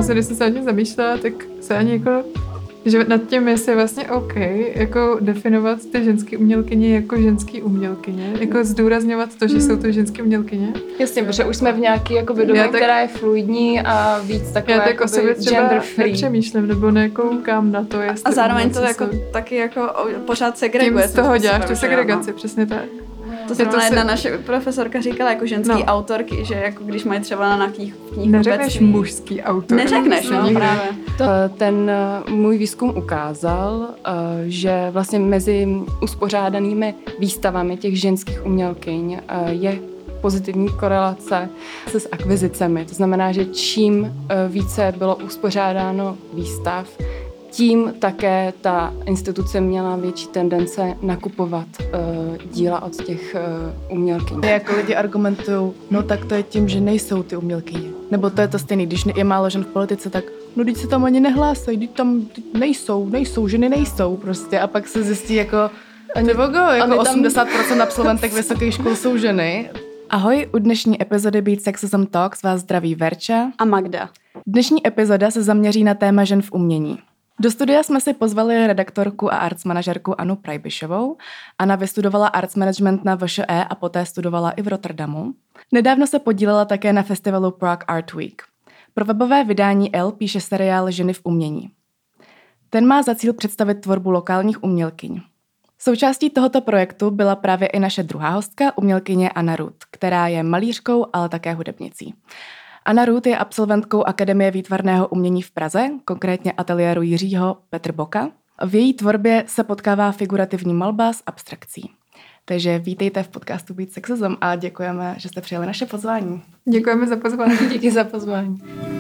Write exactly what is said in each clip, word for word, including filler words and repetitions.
Vlastně, když jsem se o tím zamýšlela, tak se ani jako, že nad tím, jestli je vlastně OK, jako definovat ty ženské umělkyně jako ženský umělkyně, jako zdůrazňovat to, že hmm. jsou to ženské umělkyně. Jasně, protože už jsme v nějaký jakoby době, tak, která je fluidní a víc taková já tak o sobě třeba gender free. Nepřemýšlím, nebo nekoukám na to, jestli... A zároveň to jako jsou... taky jako pořád segreguje. Tím z toho děláš tu segregaci, přesně tak. To zrovna to jedna se... naše profesorka říkala jako ženský no. autorky, že jako když mají třeba na knih, knih neřekneš mužský autor. Neřekneš, no, no právě. To, ten můj výzkum ukázal, že vlastně mezi uspořádanými výstavami těch ženských umělkyň je pozitivní korelace se s akvizicemi. To znamená, že čím více bylo uspořádáno výstav, tím také ta instituce měla větší tendence nakupovat uh, díla od těch uh, umělkyň. Jako lidi argumentují, no tak to je tím, že nejsou ty umělkyně. Nebo to je to stejný, když je málo žen v politice, tak no teď se tam ani nehlásají, teď tam nejsou, nejsou, ženy nejsou prostě. A pak se zjistí jako, nebo go, jako tam... osmdesát procent absolventek vysokých škol jsou ženy. Ahoj, u dnešní epizody Beat Sexism Talks vás zdraví Verča a Magda. Dnešní epizoda se zaměří na téma žen v umění. Do studia jsme si pozvali redaktorku a arts manažerku Anu Prajbišovou. Anna vystudovala arts management na V Š E a poté studovala i v Rotterdamu. Nedávno se podílela také na festivalu Prague Art Week. Pro webové vydání Elle píše seriál Ženy v umění. Ten má za cíl představit tvorbu lokálních umělkyň. Součástí tohoto projektu byla právě i naše druhá hostka, umělkyně Anna Ruth, která je malířkou, ale také hudebnicí. Anna Ruth je absolventkou Akademie výtvarného umění v Praze, konkrétně ateliéru Jiřího Petr Boka. V její tvorbě se potkává figurativní malba s abstrakcí. Takže vítejte v podcastu Beat Sexism a děkujeme, že jste přijali naše pozvání. Děkujeme za pozvání. Díky za pozvání.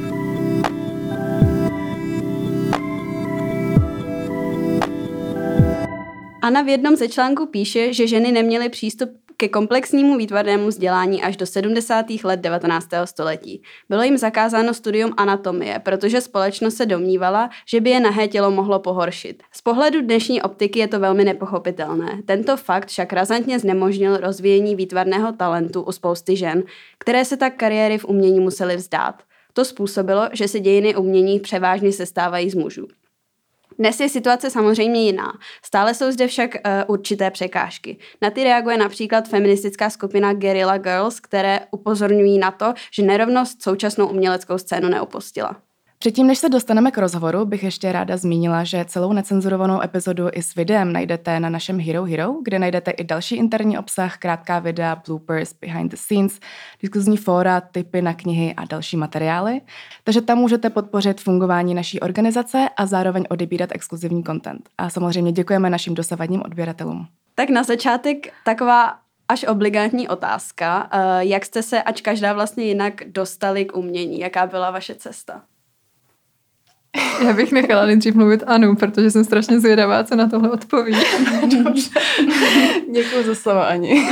Anna v jednom ze článků píše, že ženy neměly přístup ke komplexnímu výtvarnému vzdělání až do sedmdesátých let devatenáctého století. Bylo jim zakázáno studium anatomie, protože společnost se domnívala, že by je nahé tělo mohlo pohoršit. Z pohledu dnešní optiky je to velmi nepochopitelné. Tento fakt však razantně znemožnil rozvíjení výtvarného talentu u spousty žen, které se tak kariéry v umění musely vzdát. To způsobilo, že se dějiny umění převážně sestávají z mužů. Dnes je situace samozřejmě jiná. Stále jsou zde však uh, určité překážky. Na ty reaguje například feministická skupina Guerrilla Girls, které upozorňují na to, že nerovnost současnou uměleckou scénu neopustila. Předtím, než se dostaneme k rozhovoru, bych ještě ráda zmínila, že celou necenzurovanou epizodu i s videem najdete na našem Hero Hero, kde najdete i další interní obsah, krátká videa, bloopers, behind the scenes, diskuzní fóra, tipy na knihy a další materiály. Takže tam můžete podpořit fungování naší organizace a zároveň odebírat exkluzivní content. A samozřejmě děkujeme našim dosavadním odběratelům. Tak na začátek taková až obligátní otázka. Jak jste se, ač každá vlastně jinak, dostali k umění? Jaká byla vaše cesta? Já bych nechala nejdřív mluvit Anu, protože jsem strašně zvědavá, co na tohle odpoví. Dobře. Děkuji za slovo, Ani.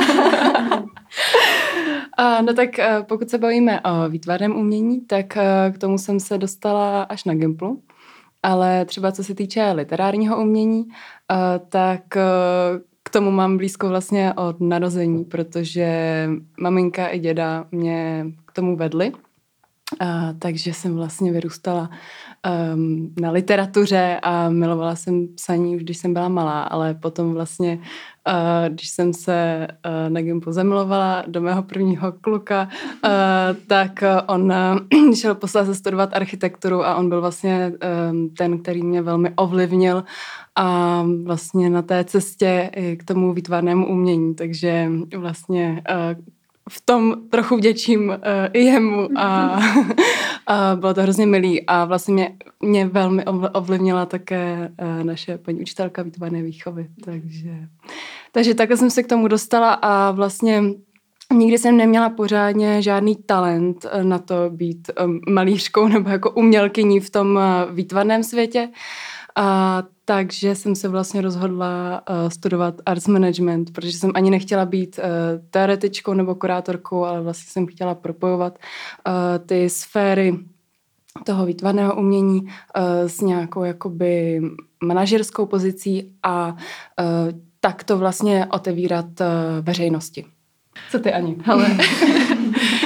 No tak pokud se bavíme o výtvarném umění, tak k tomu jsem se dostala až na Gimplu. Ale třeba co se týče literárního umění, tak k tomu mám blízko vlastně od narození, protože maminka i děda mě k tomu vedli. Uh, takže jsem vlastně vyrůstala um, na literatuře a milovala jsem psaní už, když jsem byla malá, ale potom vlastně, uh, když jsem se uh, na Gimplu zamilovala do mého prvního kluka, uh, tak on uh, šel posléze studovat architekturu a on byl vlastně um, ten, který mě velmi ovlivnil a vlastně na té cestě i k tomu výtvarnému umění, takže vlastně uh, v tom trochu vděčím uh, i jemu a, a bylo to hrozně milý a vlastně mě, mě velmi ovlivnila také uh, naše paní učitelka výtvarné výchovy, takže, takže takhle jsem se k tomu dostala a vlastně nikdy jsem neměla pořádně žádný talent na to být um, malířkou nebo jako umělkyní v tom uh, výtvarném světě. A takže jsem se vlastně rozhodla uh, studovat arts management, protože jsem ani nechtěla být uh, teoretičkou nebo kurátorkou, ale vlastně jsem chtěla propojovat uh, ty sféry toho výtvarného umění uh, s nějakou jakoby manažerskou pozicí a uh, tak to vlastně otevírat uh, veřejnosti. Co ty, Ani? Hele.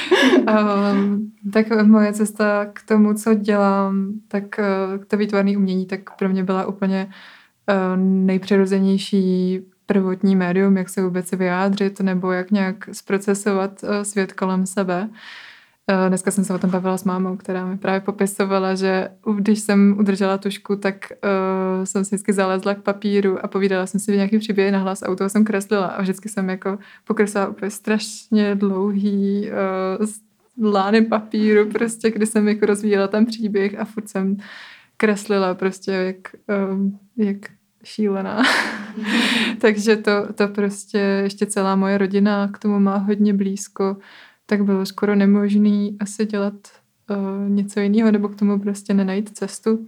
Um, tak moje cesta k tomu, co dělám, tak uh, to výtvarné umění, tak pro mě byla úplně uh, nejpřirozenější prvotní médium, jak se vůbec vyjádřit nebo jak nějak zprocesovat uh, svět kolem sebe. Uh, dneska jsem se o tom bavila s mámou, která mi právě popisovala, že když jsem udržela tušku, tak uh, jsem si vždycky zalezla k papíru a povídala jsem si nějaký příběh na hlas a u toho jsem kreslila a vždycky jsem jako pokreslila úplně strašně dlouhý uh, lány papíru, prostě, kdy jsem jako rozvíjela ten příběh a furt jsem kreslila prostě jak, uh, jak šílená. Takže to, to prostě ještě celá moje rodina k tomu má hodně blízko, tak bylo skoro nemožný asi dělat uh, něco jiného nebo k tomu prostě nenajít cestu.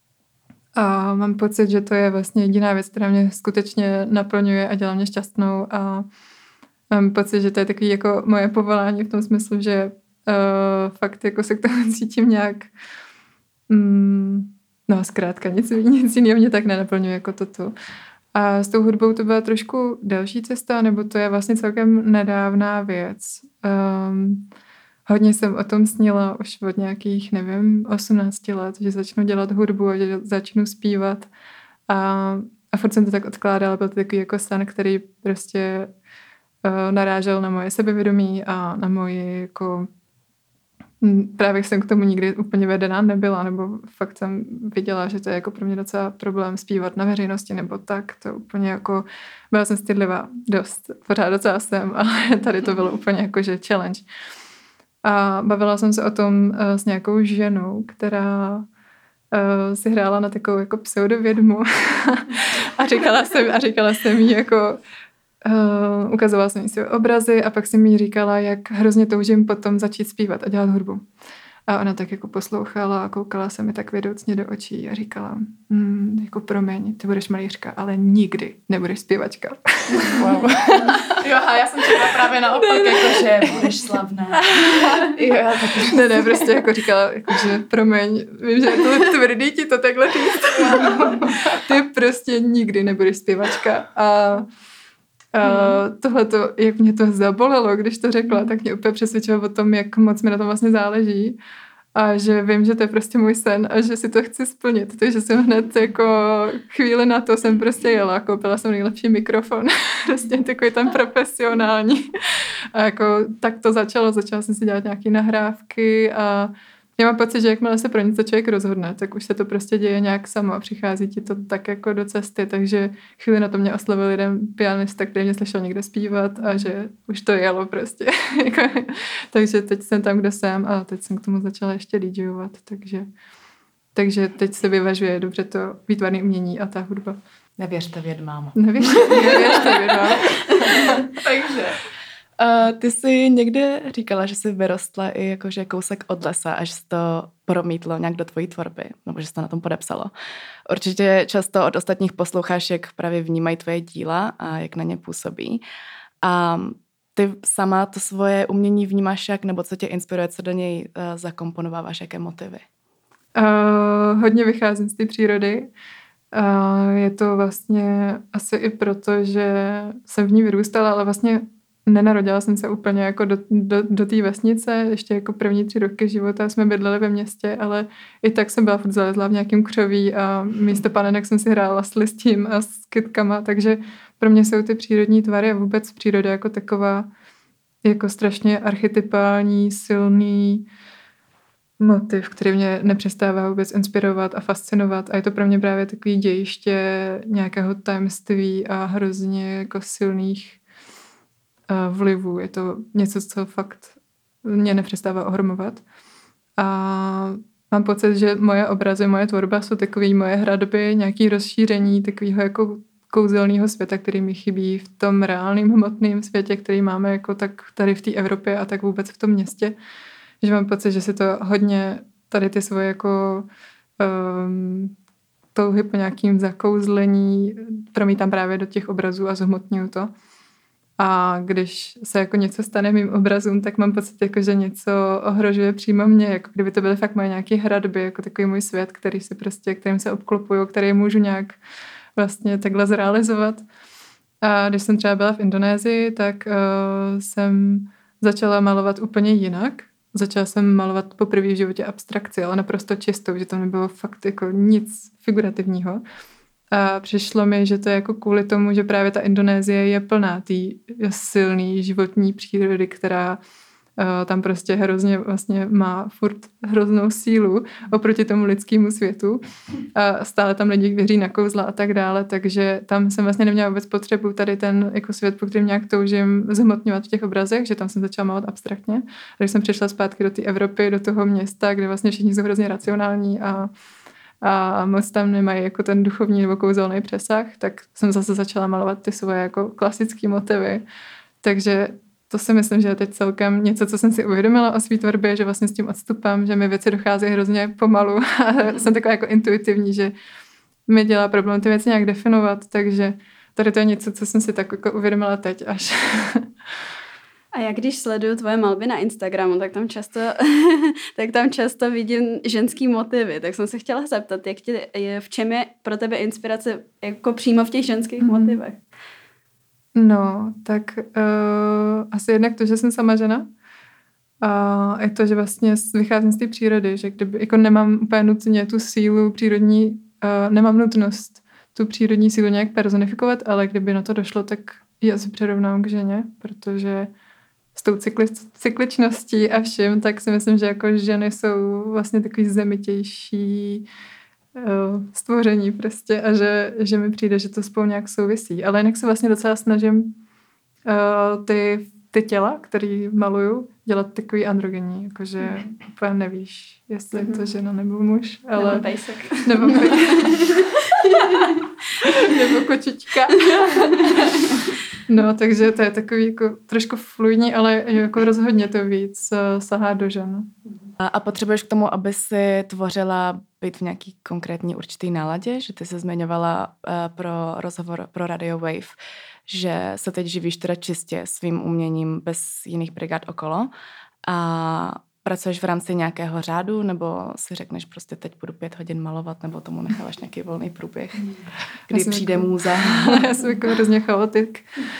A mám pocit, že to je vlastně jediná věc, která mě skutečně naplňuje a dělá mě šťastnou a mám pocit, že to je takový jako moje povolání v tom smyslu, že uh, fakt jako se k tomu cítím nějak mm, no zkrátka nic, nic jiného mě tak nenaplňuje jako toto. A s tou hudbou to byla trošku delší cesta, nebo to je vlastně celkem nedávná věc. Um, hodně jsem o tom snila už od nějakých, nevím, osmnácti let, že začnu dělat hudbu a že začnu zpívat. A, a furt jsem to tak odkládala, byl to takový jako sen, který prostě uh, narážel na moje sebevědomí a na moji jako právě jsem k tomu nikdy úplně vedená nebyla, nebo fakt jsem viděla, že to je jako pro mě docela problém zpívat na veřejnosti, nebo tak, to úplně jako, byla jsem stydlivá dost, pořád docela jsem, ale tady to bylo úplně jako, že challenge. A bavila jsem se o tom uh, s nějakou ženou, která uh, si hrála na takovou jako pseudovědmu a říkala jsem, a říkala jsem jí jako, Uh, ukazovala jsem jí své obrazy a pak jsem jí říkala, jak hrozně toužím potom začít zpívat a dělat hudbu. A ona tak jako poslouchala a koukala se mi tak vědoucně do očí a říkala, mm, jako promiň, ty budeš malířka, ale nikdy nebudeš zpěvačka. Wow. Jo, a já jsem čekala právě naopak, ne, ne. Jako, že budeš slavná. Jo, já taky. Ne, ne, prostě jako říkala, jako, že promiň, vím, že je to tvrdý ti to takhle říct. Ty prostě nikdy nebudeš zpěvačka. A Uh, tohleto, jak mě to zabolelo, když to řekla, tak mě úplně přesvědčilo o tom, jak moc mi na tom vlastně záleží a že vím, že to je prostě můj sen a že si to chci splnit, takže jsem hned jako chvíli na to jsem prostě jela, koupila jsem nejlepší mikrofon, prostě takový ten profesionální a jako tak to začalo, začala jsem si dělat nějaké nahrávky a já mám pocit, že jakmile se pro něco člověk rozhodne, tak už se to prostě děje nějak samo a přichází ti to tak jako do cesty, takže chvíli na to mě oslovil jeden pianista, který mě slyšel někde zpívat a že už to jelo prostě. Takže teď jsem tam, kde jsem a teď jsem k tomu začala ještě DJovat, takže, takže teď se vyvažuje dobře to výtvarné umění a ta hudba. Nevěřte vědmám. Nevěřte, nevěřte vědmám. Takže... Uh, ty jsi někde říkala, že jsi vyrostla i jakože kousek od lesa, až se to promítlo nějak do tvojí tvorby, nebo že se to na tom podepsalo. Určitě často od ostatních posloucháš, jak právě vnímají tvoje díla a jak na ně působí. A ty sama to svoje umění vnímáš jak, nebo co tě inspiruje, co do něj uh, zakomponováváš, jaké motivy? Uh, hodně vycházím z té přírody. Uh, je to vlastně asi i proto, že jsem v ní vyrůstala, ale vlastně nenarodila jsem se úplně jako do, do, do té vesnice, ještě jako první tři roky života jsme bydleli ve městě, ale i tak jsem byla furt zalezla v nějakém křoví a místo panenek jsem si hrála s listím a s kytkama, takže pro mě jsou ty přírodní tvary a vůbec příroda jako taková jako strašně archetypální, silný motiv, který mě nepřestává vůbec inspirovat a fascinovat a je to pro mě právě takový dějiště nějakého tajemství a hrozně jako silných vlivu. Je to něco, co fakt mě nepřestává ohromovat. A mám pocit, že moje obrazy, moje tvorba jsou takové moje hradby, nějaké rozšíření takového jako kouzelného světa, který mi chybí v tom reálném hmotném světě, který máme jako tak tady v té Evropě a tak vůbec v tom městě. Že mám pocit, že si to hodně tady ty svoje jako um, touhy po nějakým zakouzlení promítám právě do těch obrazů a zhmotňuju to. A když se jako něco stane mým obrazům, tak mám pocit, jako, že něco ohrožuje přímo mě, jako kdyby to byly fakt moje nějaké hradby, jako takový můj svět, který si prostě, kterým se obklopuju, který můžu nějak vlastně takhle zrealizovat. A když jsem třeba byla v Indonésii, tak uh, jsem začala malovat úplně jinak. začala jsem malovat poprvé v životě abstrakci, ale naprosto čistou, že tam nebylo fakt jako nic figurativního. A přišlo mi, že to je jako kvůli tomu, že právě ta Indonésie je plná té silný životní přírody, která uh, tam prostě hrozně vlastně má furt hroznou sílu oproti tomu lidskému světu. A stále tam lidi věří na kouzla a tak dále, takže tam jsem vlastně neměla vůbec potřebu tady ten jako svět, po kterém nějak toužím zhmotňovat v těch obrazech, že tam jsem začala malovat abstraktně. Když jsem přišla zpátky do té Evropy, do toho města, kde vlastně všichni jsou hrozně racionální a a moc tam nemají jako ten duchovní nebo kouzelný přesah, tak jsem zase začala malovat ty svoje jako klasické motivy. Takže to si myslím, že je teď celkem něco, co jsem si uvědomila o svý tvorbě, že vlastně s tím odstupem, že mi věci docházejí hrozně pomalu a jsem taková jako intuitivní, že mi dělá problém ty věci nějak definovat, takže tady to je něco, co jsem si tak jako uvědomila teď až. A já když sleduju tvoje malby na Instagramu, tak tam často, tak tam často vidím ženský motivy. Tak jsem se chtěla zeptat, jak tě, je, v čem je pro tebe inspirace jako přímo v těch ženských mm. motivech? No, tak uh, asi jednak to, že jsem sama žena. A je to, že vlastně vycházím z té přírody, že kdyby, jako nemám úplně nutně tu sílu přírodní, uh, nemám nutnost tu přírodní sílu nějak personifikovat, ale kdyby na to došlo, tak ji asi přirovnám k ženě, protože s tou cykli, cykličností a vším, tak si myslím, že jako ženy jsou vlastně takový zemitější uh, stvoření prostě a že, že mi přijde, že to spolu nějak souvisí. Ale jinak se vlastně docela snažím uh, ty, ty těla, který maluju, dělat takový androgenní, jakože mm. úplně nevíš, jestli mm. je to žena nebo muž. Ale... Nebo pejsek. Nebo pejsek. Nebo kočička. No, takže to je takový jako trošku fluidní, ale jako rozhodně to víc sahá do žen. A, a potřebuješ k tomu, aby si tvořila být v nějaký konkrétní určitý náladě? Že ty se zmiňovala uh, pro rozhovor pro Radio Wave, že se teď živíš teda čistě svým uměním bez jiných brigád okolo a pracuješ v rámci nějakého řádu, nebo si řekneš prostě teď budu pět hodin malovat, nebo tomu necháváš nějaký volný průběh, kdy přijde jako, můza? Já jsem jako hrozně chaotik,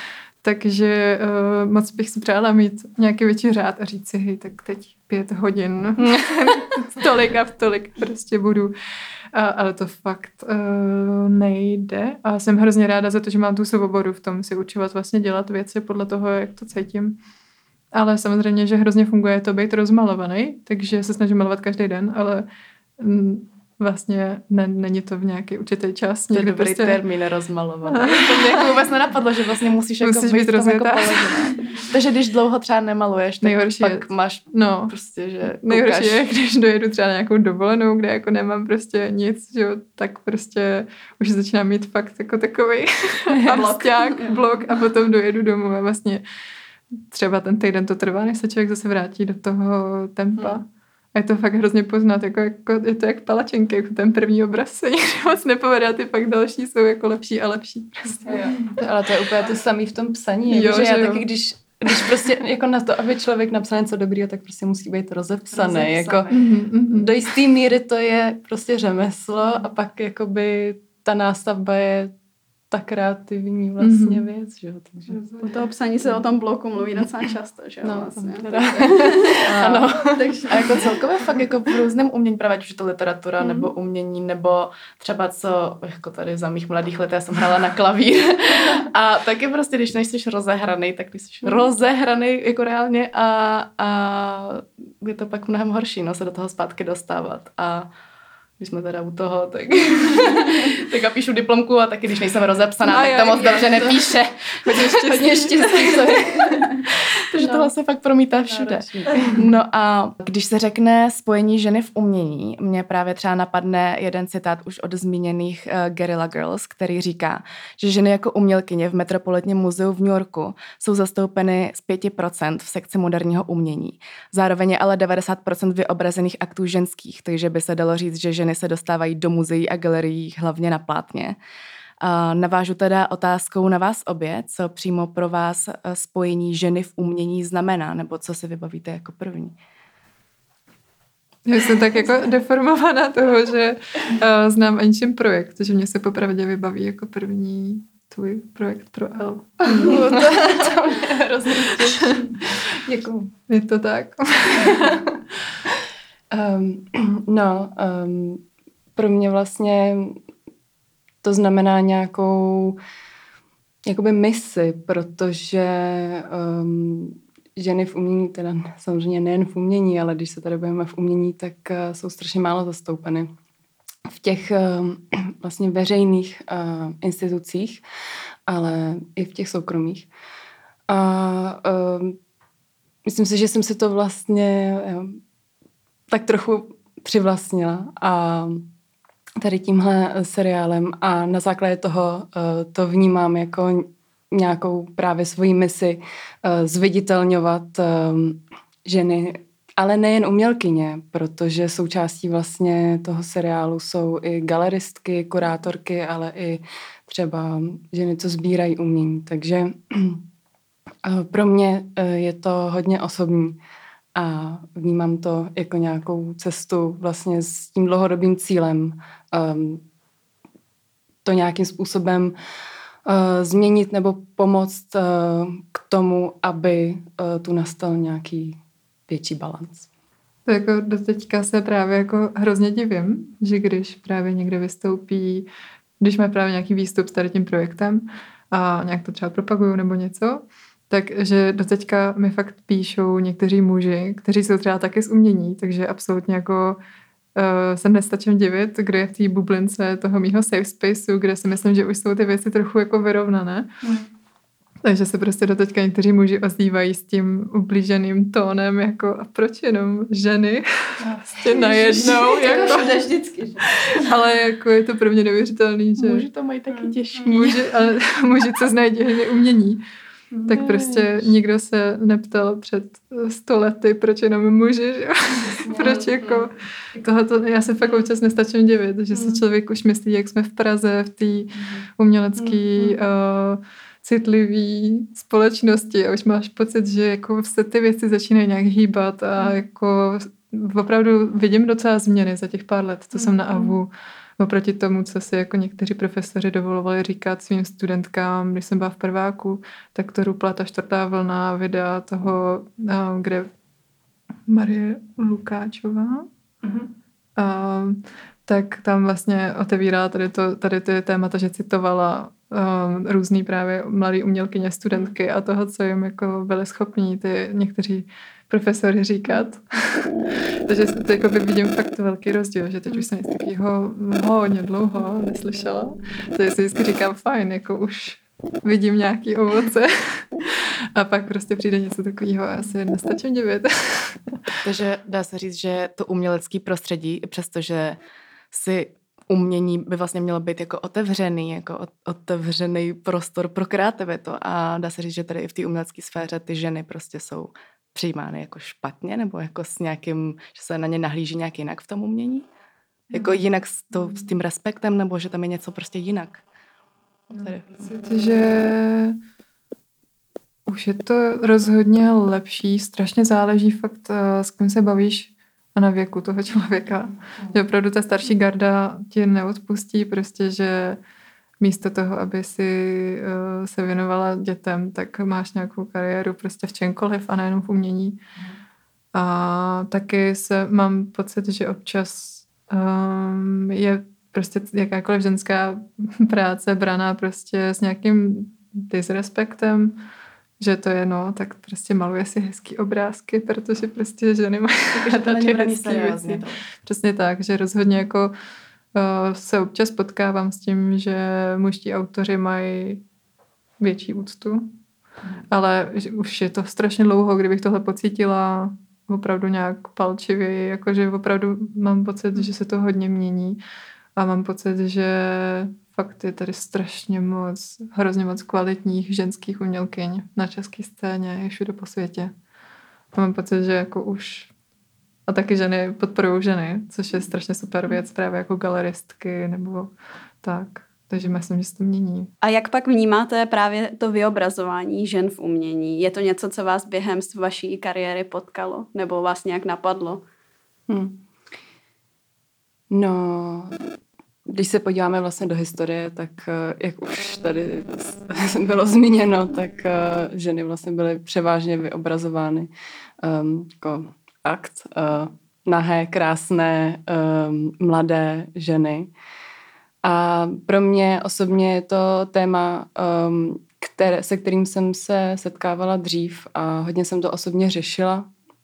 takže uh, moc bych si přála mít nějaký větší řád a říct si, hej, tak teď pět hodin, tolik a v tolik prostě budu. A, ale to fakt uh, nejde a jsem hrozně ráda za to, že mám tu svobodu v tom si určovat vlastně dělat věci podle toho, jak to cítím. Ale samozřejmě, že hrozně funguje to být rozmalovaný, takže se snažím malovat každý den, ale m, vlastně ne, není to v nějaký určitý čas. To je dobrý prostě... termín rozmalovaný. To mě jako vůbec nenapadlo, že vlastně musíš, musíš jako být rozjetá. Jako takže když dlouho třeba nemaluješ, tak nejhorší pak je, máš no, prostě, že koukáš. Nejhorší je, když dojedu třeba na nějakou dovolenou, kde jako nemám prostě nic, že jo, tak prostě už začínám mít fakt jako takový absťák, blok a potom dojedu domů a vlastně třeba ten týden to trvá, než se člověk zase vrátí do toho tempa. Hmm. A je to fakt hrozně poznat, jako, jako, je to jak palačinky, jako ten první obraz se nikdy moc nepovede a ty pak další jsou jako lepší a lepší. Prostě. Jo. Ale to je úplně to samé v tom psaní, jo, že já jo. taky, když, když prostě jako na to, aby člověk napsal něco dobrýho, tak prostě musí být rozepsaný. rozepsaný. Jako, mm-hmm. Do jisté míry to je prostě řemeslo a pak jakoby ta nástavba je ta kreativní vlastně mm-hmm. věc, že jo. Takže... U toho psaní se o tom bloku mluví docela často, že jo, no, vlastně. a, ano. Takže... A jako celkově fakt jako v různém umění, právě už je to literatura mm. nebo umění, nebo třeba co, jako tady za mých mladých let, já jsem hrála na klavír a taky prostě, když nejsi rozehraný, tak když jsi mm. rozehraný jako reálně a, a je to pak mnohem horší, no, se do toho zpátky dostávat a když jsme teda u toho, tak, tak já píšu diplomku a taky, když nejsem rozepsaná, no, tak to moc dobře nepíše. Hodně štěstí. Hodně štěstí. Takže no. Tohle se fakt promítá všude. No a když se řekne spojení ženy v umění, mě právě třeba napadne jeden citát už od zmíněných uh, Guerrilla Girls, který říká, že ženy jako umělkyně v Metropolitním muzeu v New Yorku jsou zastoupeny z pět procent v sekci moderního umění. Zároveň je ale devadesát procent vyobrazených aktů ženských, takže by se dalo říct, že ženy se dostávají do muzeí a galerií hlavně na plátně. Navážu teda otázkou na vás obě, co přímo pro vás spojení ženy v umění znamená, nebo co si vybavíte jako první. Já jsem tak jako deformovaná toho, že uh, znám Aničin projekt, že mě se popravdě vybaví jako první tvůj projekt pro L. to, to mě hrozně těší. Děkuju. Je to tak? um, no, um, pro mě vlastně to znamená nějakou jakoby misi, protože um, ženy v umění, teda samozřejmě nejen v umění, ale když se tady budeme v umění, tak uh, jsou strašně málo zastoupeny v těch um, vlastně veřejných uh, institucích, ale i v těch soukromých. A um, myslím si, že jsem si to vlastně jo, tak trochu přivlastnila a tady tímhle seriálem a na základě toho uh, to vnímám jako nějakou právě svoji misi uh, zviditelňovat um, ženy, ale nejen umělkyně, protože součástí vlastně toho seriálu jsou i galeristky, kurátorky, ale i třeba ženy, co sbírají umění. Takže uh, pro mě uh, je to hodně osobní a vnímám to jako nějakou cestu vlastně s tím dlouhodobým cílem um, to nějakým způsobem uh, změnit nebo pomoct uh, k tomu, aby uh, tu nastal nějaký větší balans. To jako do teďka se právě jako hrozně divím, že když právě někde vystoupí, když má právě nějaký výstup s tady tím projektem a nějak to třeba propagují nebo něco, takže doteďka mi fakt píšou někteří muži, kteří jsou třeba taky z umění, takže absolutně jako uh, se nestačím divit, kde je v té bublince toho mýho safe spaceu, kde si myslím, že už jsou ty věci trochu jako vyrovnané. Mm. Takže se prostě doteďka někteří muži ozývají s tím ublíženým tónem, jako a proč jenom ženy? Prostě najednou. Jako, vždycky, že? Ale jako je to pro mě neuvěřitelný, že... Muži to mají taky těžší. Muži, ale muži, co znají dějiny umění. Tak prostě nikdo se neptal před sto lety, proč jenom muži, že? Proč jako tohoto, já se fakt občas nestačím divit, že si člověk už myslí, jak jsme v Praze, v té umělecké uh, citlivý společnosti a už máš pocit, že jako se ty věci začínají nějak hýbat a jako opravdu vidím docela změny za těch pár let, co jsem na A V U. Oproti tomu, co si jako někteří profesoři dovolovali říkat svým studentkám, když jsem byla v prváku, tak to rupla ta čtvrtá vlna videa toho, kde Marie Lukáčová, mm-hmm. a, tak tam vlastně otevírala tady, to, tady ty témata, že citovala um, různý právě mladý umělkyně, studentky a toho, co jim jako byli schopní ty někteří profesory říkat. Takže to jako vidím fakt velký rozdíl, že teď už jsem nic takového hodně dlouho neslyšela. Takže si vždycky říkám, fajn, jako už vidím nějaký ovoce. A pak prostě přijde něco takového a asi nestačím divit. Takže dá se říct, že to umělecké prostředí, přestože si umění by vlastně mělo být jako otevřený, jako otevřený prostor pro kreativitu a dá se říct, že tady i v té umělecké sféře ty ženy prostě jsou přijímány jako špatně, nebo jako s nějakým, že se na ně nahlíží nějak jinak v tom umění? Jako jinak s, to, s tím respektem, nebo že tam je něco prostě jinak? Tady. Myslím, že už je to rozhodně lepší, strašně záleží fakt, s kým se bavíš a na věku toho člověka. Že opravdu ta starší garda ti neodpustí prostě, že místo toho, aby si uh, se věnovala dětem, tak máš nějakou kariéru prostě v čemkoliv a nejenom v umění. A taky se, mám pocit, že občas um, je prostě jakákoliv ženská práce braná prostě s nějakým disrespektem, že to je no, tak prostě maluje si hezký obrázky, protože prostě ženy mají tady hezký věci. Přesně tak, že rozhodně jako se občas potkávám s tím, že mužští autoři mají větší úctu, mm. ale už je to strašně dlouho, kdybych tohle pocítila opravdu nějak palčivěji, jakože opravdu mám pocit, že se to hodně mění a mám pocit, že fakt je tady strašně moc, hrozně moc kvalitních ženských umělkyň na české scéně i všude po světě. A mám pocit, že jako už a taky ženy podporují ženy, což je strašně super věc, právě jako galeristky nebo tak. Takže myslím, že se to mění. A jak pak vnímáte právě to vyobrazování žen v umění? Je to něco, co vás během vaší kariéry potkalo? Nebo vás nějak napadlo? Hmm. No, když se podíváme vlastně do historie, tak jak už tady bylo zmíněno, tak ženy vlastně byly převážně vyobrazovány um, jako akt, uh, nahé, krásné, um, mladé ženy. A pro mě osobně je to téma, um, které, se kterým jsem se setkávala dřív a hodně jsem to osobně řešila.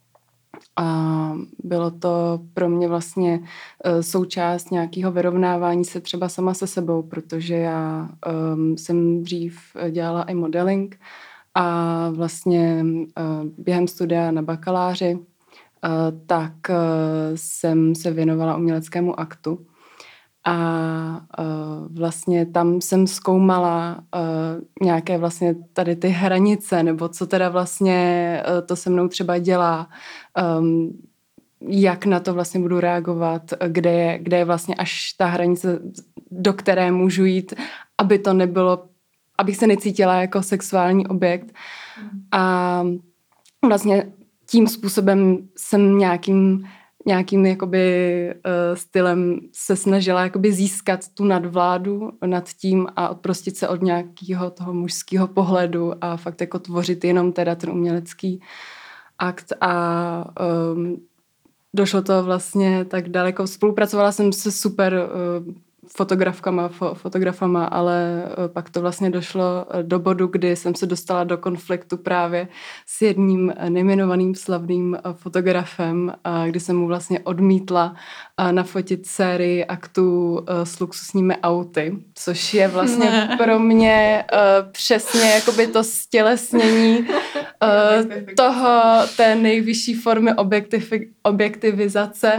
A bylo to pro mě vlastně uh, součást nějakého vyrovnávání se třeba sama se sebou, protože já um, jsem dřív dělala i modeling a vlastně uh, během studia na bakaláři uh, tak uh, jsem se věnovala uměleckému aktu. A uh, vlastně tam jsem zkoumala uh, nějaké vlastně tady ty hranice, nebo co teda vlastně uh, to se mnou třeba dělá, um, jak na to vlastně budu reagovat, kde je, kde je vlastně až ta hranice, do které můžu jít, aby to nebylo, abych se necítila jako sexuální objekt. A vlastně tím způsobem jsem nějakým nějakým jakoby uh, stylem se snažila jakoby získat tu nadvládu nad tím a odprostit se od nějakého toho mužského pohledu a fakt jako tvořit jenom teda ten umělecký akt a um, došlo to vlastně tak daleko. Spolupracovala jsem se super uh, fotografkama, fo, fotografama, ale uh, pak to vlastně došlo do bodu, kdy jsem se dostala do konfliktu právě s jedním nejmenovaným slavným uh, fotografem, uh, kdy jsem mu vlastně odmítla uh, nafotit sérii aktů uh, s luxusními auty, což je vlastně ne. pro mě uh, přesně jakoby to stělesnění uh, toho, té nejvyšší formy objektiv- objektivizace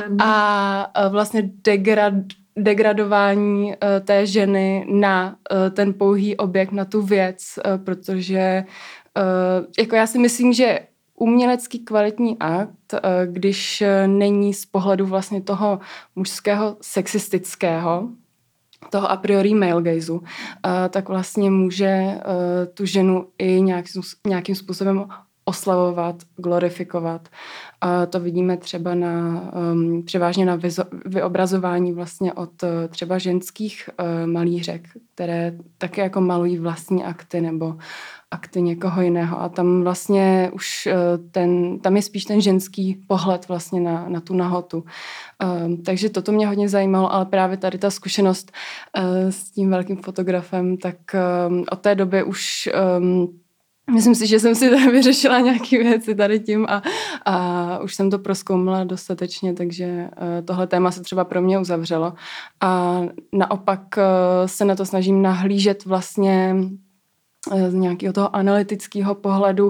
a uh, vlastně degrad degradování uh, té ženy na uh, ten pouhý objekt, na tu věc, uh, protože uh, jako já si myslím, že umělecký kvalitní akt, uh, když uh, není z pohledu vlastně toho mužského sexistického, toho a priori male gazeu, uh, tak vlastně může uh, tu ženu i nějakým, nějakým způsobem oslavovat, glorifikovat. A to vidíme třeba na, um, převážně na vizo, vyobrazování vlastně od uh, třeba ženských uh, malířek, které také jako malují vlastní akty nebo akty někoho jiného. A tam vlastně už uh, ten, tam je spíš ten ženský pohled vlastně na, na tu nahotu. Um, takže toto mě hodně zajímalo, ale právě tady ta zkušenost uh, s tím velkým fotografem, tak um, od té doby už um, myslím si, že jsem si tady vyřešila nějaké věci tady tím a, a už jsem to prozkoumala dostatečně, takže uh, tohle téma se třeba pro mě uzavřelo. A naopak uh, se na to snažím nahlížet vlastně uh, z nějakého toho analytického pohledu uh,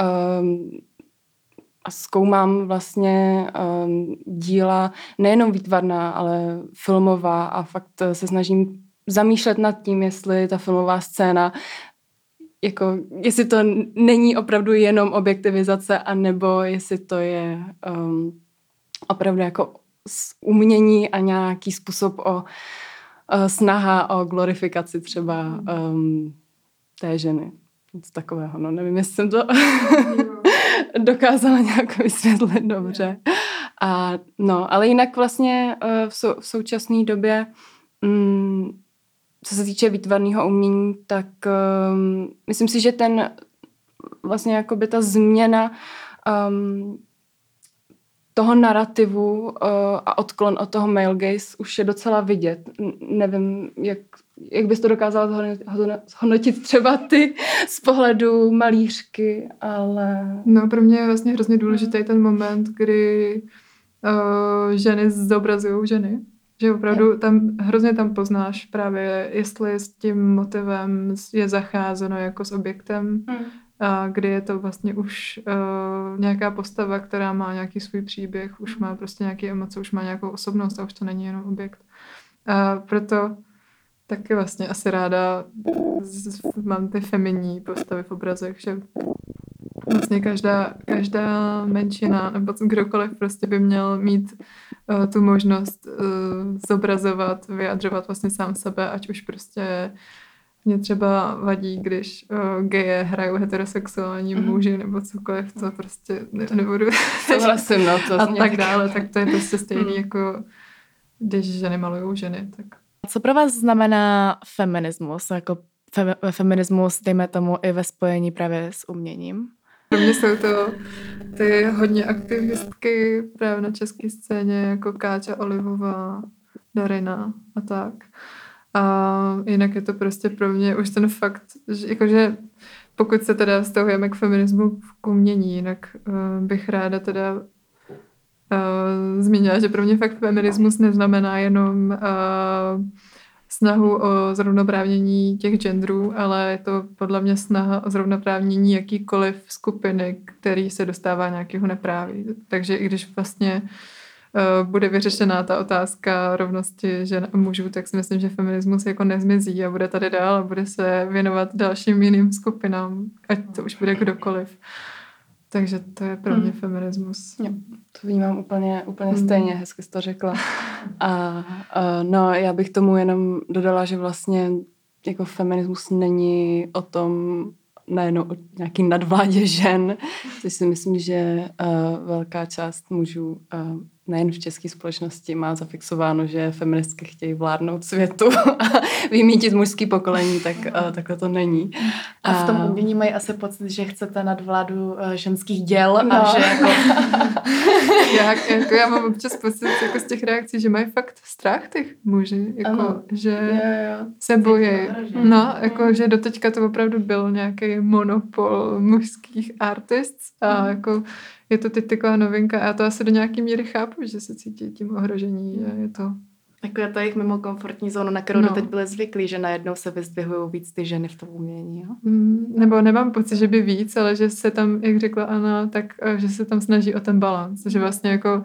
a zkoumám vlastně um, díla nejenom výtvarná, ale filmová a fakt se snažím zamýšlet nad tím, jestli ta filmová scéna jako, jestli to není opravdu jenom objektivizace, anebo jestli to je um, opravdu jako umění a nějaký způsob o uh, snaha o glorifikaci třeba um, té ženy. Nic takového, no nevím, jestli jsem to dokázala nějak vysvětlit dobře. A, no, ale jinak vlastně uh, v, sou, v současné době um, co se týče výtvarného umění, tak um, myslím si, že ten vlastně jakoby ta změna um, toho narrativu uh, a odklon od toho male gaze už je docela vidět. N- nevím, jak, jak bys to dokázala zhodnotit třeba ty z pohledu malířky, ale... No pro mě je vlastně hrozně důležitý ten moment, kdy uh, ženy zobrazují ženy. Že opravdu tam, hrozně tam poznáš právě, jestli s tím motivem je zacházeno jako s objektem, hmm. a kdy je to vlastně už uh, nějaká postava, která má nějaký svůj příběh, už má prostě nějaké emoce, už má nějakou osobnost a už to není jenom objekt. A proto taky vlastně asi ráda z, mám ty feminní postavy v obrazech, že vlastně každá, každá menšina nebo kdokoliv prostě by měl mít uh, tu možnost uh, zobrazovat, vyjadřovat vlastně sám sebe, ať už prostě mě třeba vadí, když uh, geje hrajou heterosexuální mm. muži nebo cokoliv, to prostě ne, nebudu souhlasím, no, to a tak dále, tak to je prostě stejný mm. jako když ženy malují ženy. Tak. Co pro vás znamená feminismus? Jako fe, feminismus, dejme tomu, i ve spojení právě s uměním? Pro mě jsou to ty hodně aktivistky právě na české scéně, jako Káťa Olivová, Darina a tak. A jinak je to prostě pro mě už ten fakt, že, jakože pokud se teda vztahujeme k feminismu k umění, jinak uh, bych ráda teda uh, zmínila, že pro mě fakt feminismus neznamená jenom uh, snahu o zrovnoprávnění těch genderů, ale je to podle mě snaha o zrovnoprávnění jakýkoliv skupiny, který se dostává nějakého nepráví. Takže i když vlastně uh, bude vyřešená ta otázka rovnosti žen a mužů, tak si myslím, že feminismus jako nezmizí a bude tady dál a bude se věnovat dalším jiným skupinám, ať to už bude kdokoliv. Takže to je pro mě hmm. feminismus. Jo, to vnímám úplně, úplně hmm. stejně, hezky jsi to řekla. A, a no, já bych tomu jenom dodala, že vlastně jako feminismus není o tom nejenom o nějaký nadvládě žen, což si myslím, že uh, velká část mužů uh, nejen v české společnosti má zafixováno, že feministky chtějí vládnout světu a vymítit mužský pokolení, tak uh, takhle to není. A v tom umění mají asi pocit, že chcete nadvládu uh, ženských děl no. a že jako... já, jako já mám občas pocit jako z těch reakcí, že mají fakt strach těch muži, jako, ano. že jo, jo. se bojí. No, jako, že doteďka to opravdu byl nějaký monopol mužských artists a jako je to teď taková novinka a já to asi do nějaký míry chápu, že se cítí tím ohrožení a je to... Jako je to jejich mimo komfortní zónu, na kterou no. teď byli zvyklí, že najednou se vyzdvihují víc ty ženy v tom umění. Jo? Mm, nebo nemám pocit, že by víc, ale že se tam, jak řekla Anna, tak že se tam snaží o ten balans, že vlastně jako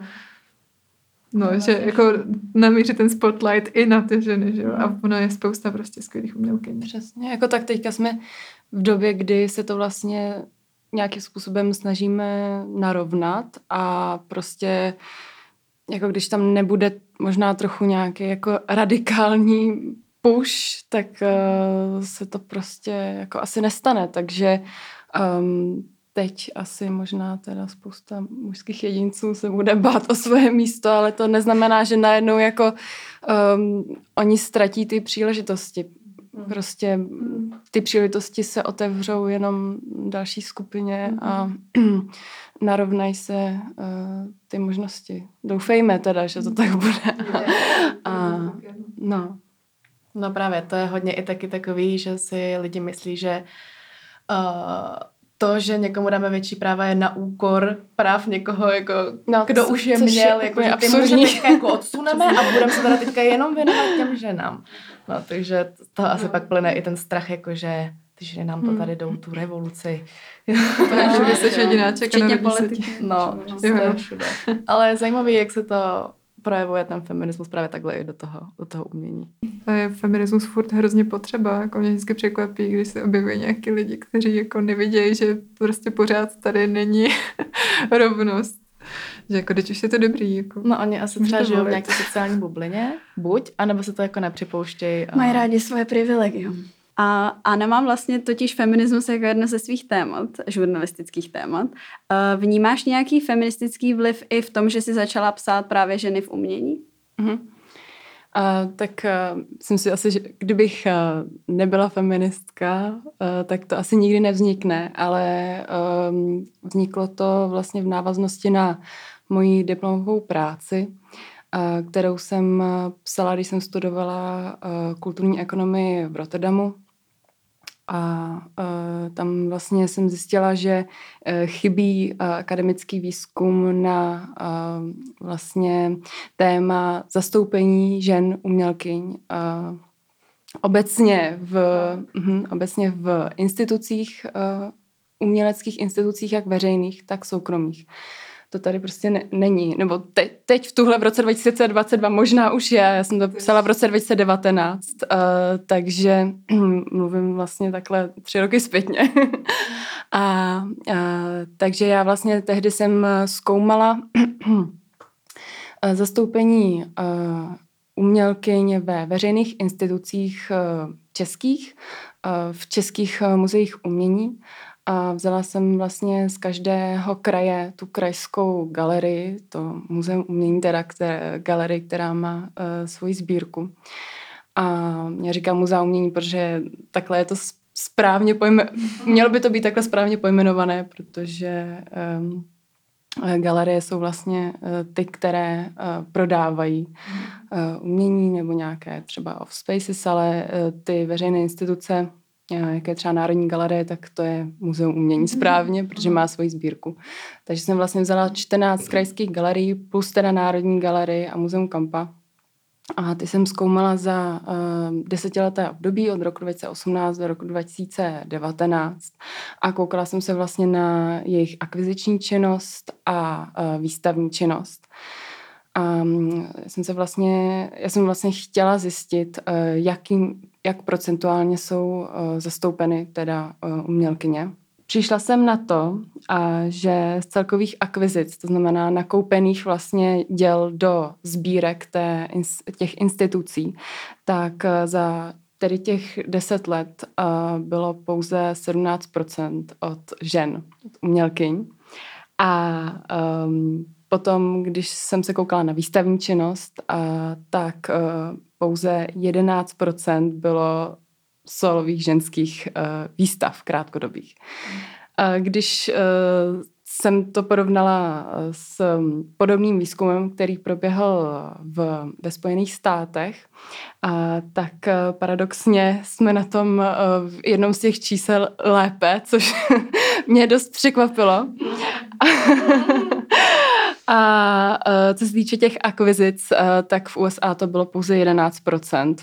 no, no že jako namíří ten spotlight i na ty ženy, že jo? A ono je spousta prostě skvělých umělkyň. Přesně, jako tak teďka jsme v době, kdy se to vlastně nějakým způsobem snažíme narovnat a prostě jako když tam nebude možná trochu nějaký jako radikální push, tak uh, se to prostě jako asi nestane, takže um, teď asi možná teda spousta mužských jedinců se bude bát o svoje místo, ale to neznamená, že najednou jako um, oni ztratí ty příležitosti. Prostě ty příležitosti se otevřou jenom další skupině a narovnají se uh, ty možnosti. Doufejme teda, že to tak bude. A, no. no právě, to je hodně i taky takový, že si lidi myslí, že uh, to, že někomu dáme větší práva, je na úkor práv někoho, jako, no, kdo co, už je měl, jako, že ty muže teďka jako odsuneme a budeme se teda teďka jenom věnovat těm ženám. No, takže to asi no. pak plyne i ten strach, jako, že ty ženy nám to tady jdou, tu revoluci. To je všude seš jedináček a včetně politiky. No, prostě všude. Ale zajímavé, jak se to projevuje ten feminismus právě takhle i do toho, do toho umění. To je feminismus furt hrozně potřeba. Jako mě vždycky překvapí, když se objevují nějaký lidi, kteří jako nevidějí, že prostě pořád tady není rovnost. Že jako teď už je to dobrý. Jako, no oni asi třeba žijou v nějaké sociální bublině, buď, anebo se to jako nepřipouštějí. A... Mají rádi svoje privilegium. A Anna má vlastně totiž feminismus jako jedno ze svých témat, žurnalistických témat. Vnímáš nějaký feministický vliv i v tom, že jsi začala psát právě ženy v umění? Uh-huh. Uh, tak uh, myslím si asi, že kdybych uh, nebyla feministka, uh, tak to asi nikdy nevznikne, ale um, vzniklo to vlastně v návaznosti na moji diplomovou práci, uh, kterou jsem psala, když jsem studovala uh, kulturní ekonomii v Rotterdamu. A uh, tam vlastně jsem zjistila, že uh, chybí uh, akademický výzkum na uh, vlastně téma zastoupení žen umělkyň uh, obecně v, uh, obecně v institucích, uh, uměleckých institucích, jak veřejných, tak soukromých. To tady prostě ne, není. Nebo te, teď v tuhle v roce dva tisíce dvacet dva možná už je. Já jsem to psala v roce dva tisíce devatenáct, uh, takže mluvím vlastně takhle tři roky zpětně. a, uh, takže já vlastně tehdy jsem zkoumala zastoupení uh, umělkyň ve veřejných institucích uh, českých, uh, v českých uh, muzeích umění. a vzala jsem vlastně z každého kraje tu krajskou galerii, to muzeum umění, teda které, galerii, která má uh, svoji sbírku. A já říkám muzea umění, protože takhle je to správně pojme... Mělo by to být takhle správně pojmenované, protože um, galerie jsou vlastně uh, ty, které uh, prodávají uh, umění nebo nějaké třeba off spaces, ale uh, ty veřejné instituce, jaké třeba Národní galerie, tak to je muzeum umění správně, protože má svoji sbírku. Takže jsem vlastně vzala čtrnáct krajských galerií plus teda Národní galerii a muzeum Kampa. A ty jsem zkoumala za uh, desetileté období od roku dva tisíce osmnáct do roku dva tisíce devatenáct a koukala jsem se vlastně na jejich akviziční činnost a uh, výstavní činnost. A um, jsem se vlastně, já jsem vlastně chtěla zjistit, uh, jaký, jak procentuálně jsou uh, zastoupeny teda uh, umělkyně. Přišla jsem na to, že z celkových akvizic, to znamená nakoupených vlastně děl do sbírek té, těch institucí, tak za tedy těch deset let bylo pouze sedmnáct procent od žen, od umělkyň. A um, potom, když jsem se koukala na výstavní činnost, tak uh, pouze jedenáct procent bylo solových ženských uh, výstav krátkodobých. Uh, když uh, jsem to porovnala s podobným výzkumem, který proběhl v, ve Spojených státech, uh, tak uh, paradoxně jsme na tom uh, v jednom z těch čísel lépe, což mě dost překvapilo. A uh, co se týče těch akvizic, uh, tak v U S A to bylo pouze jedenáct procent.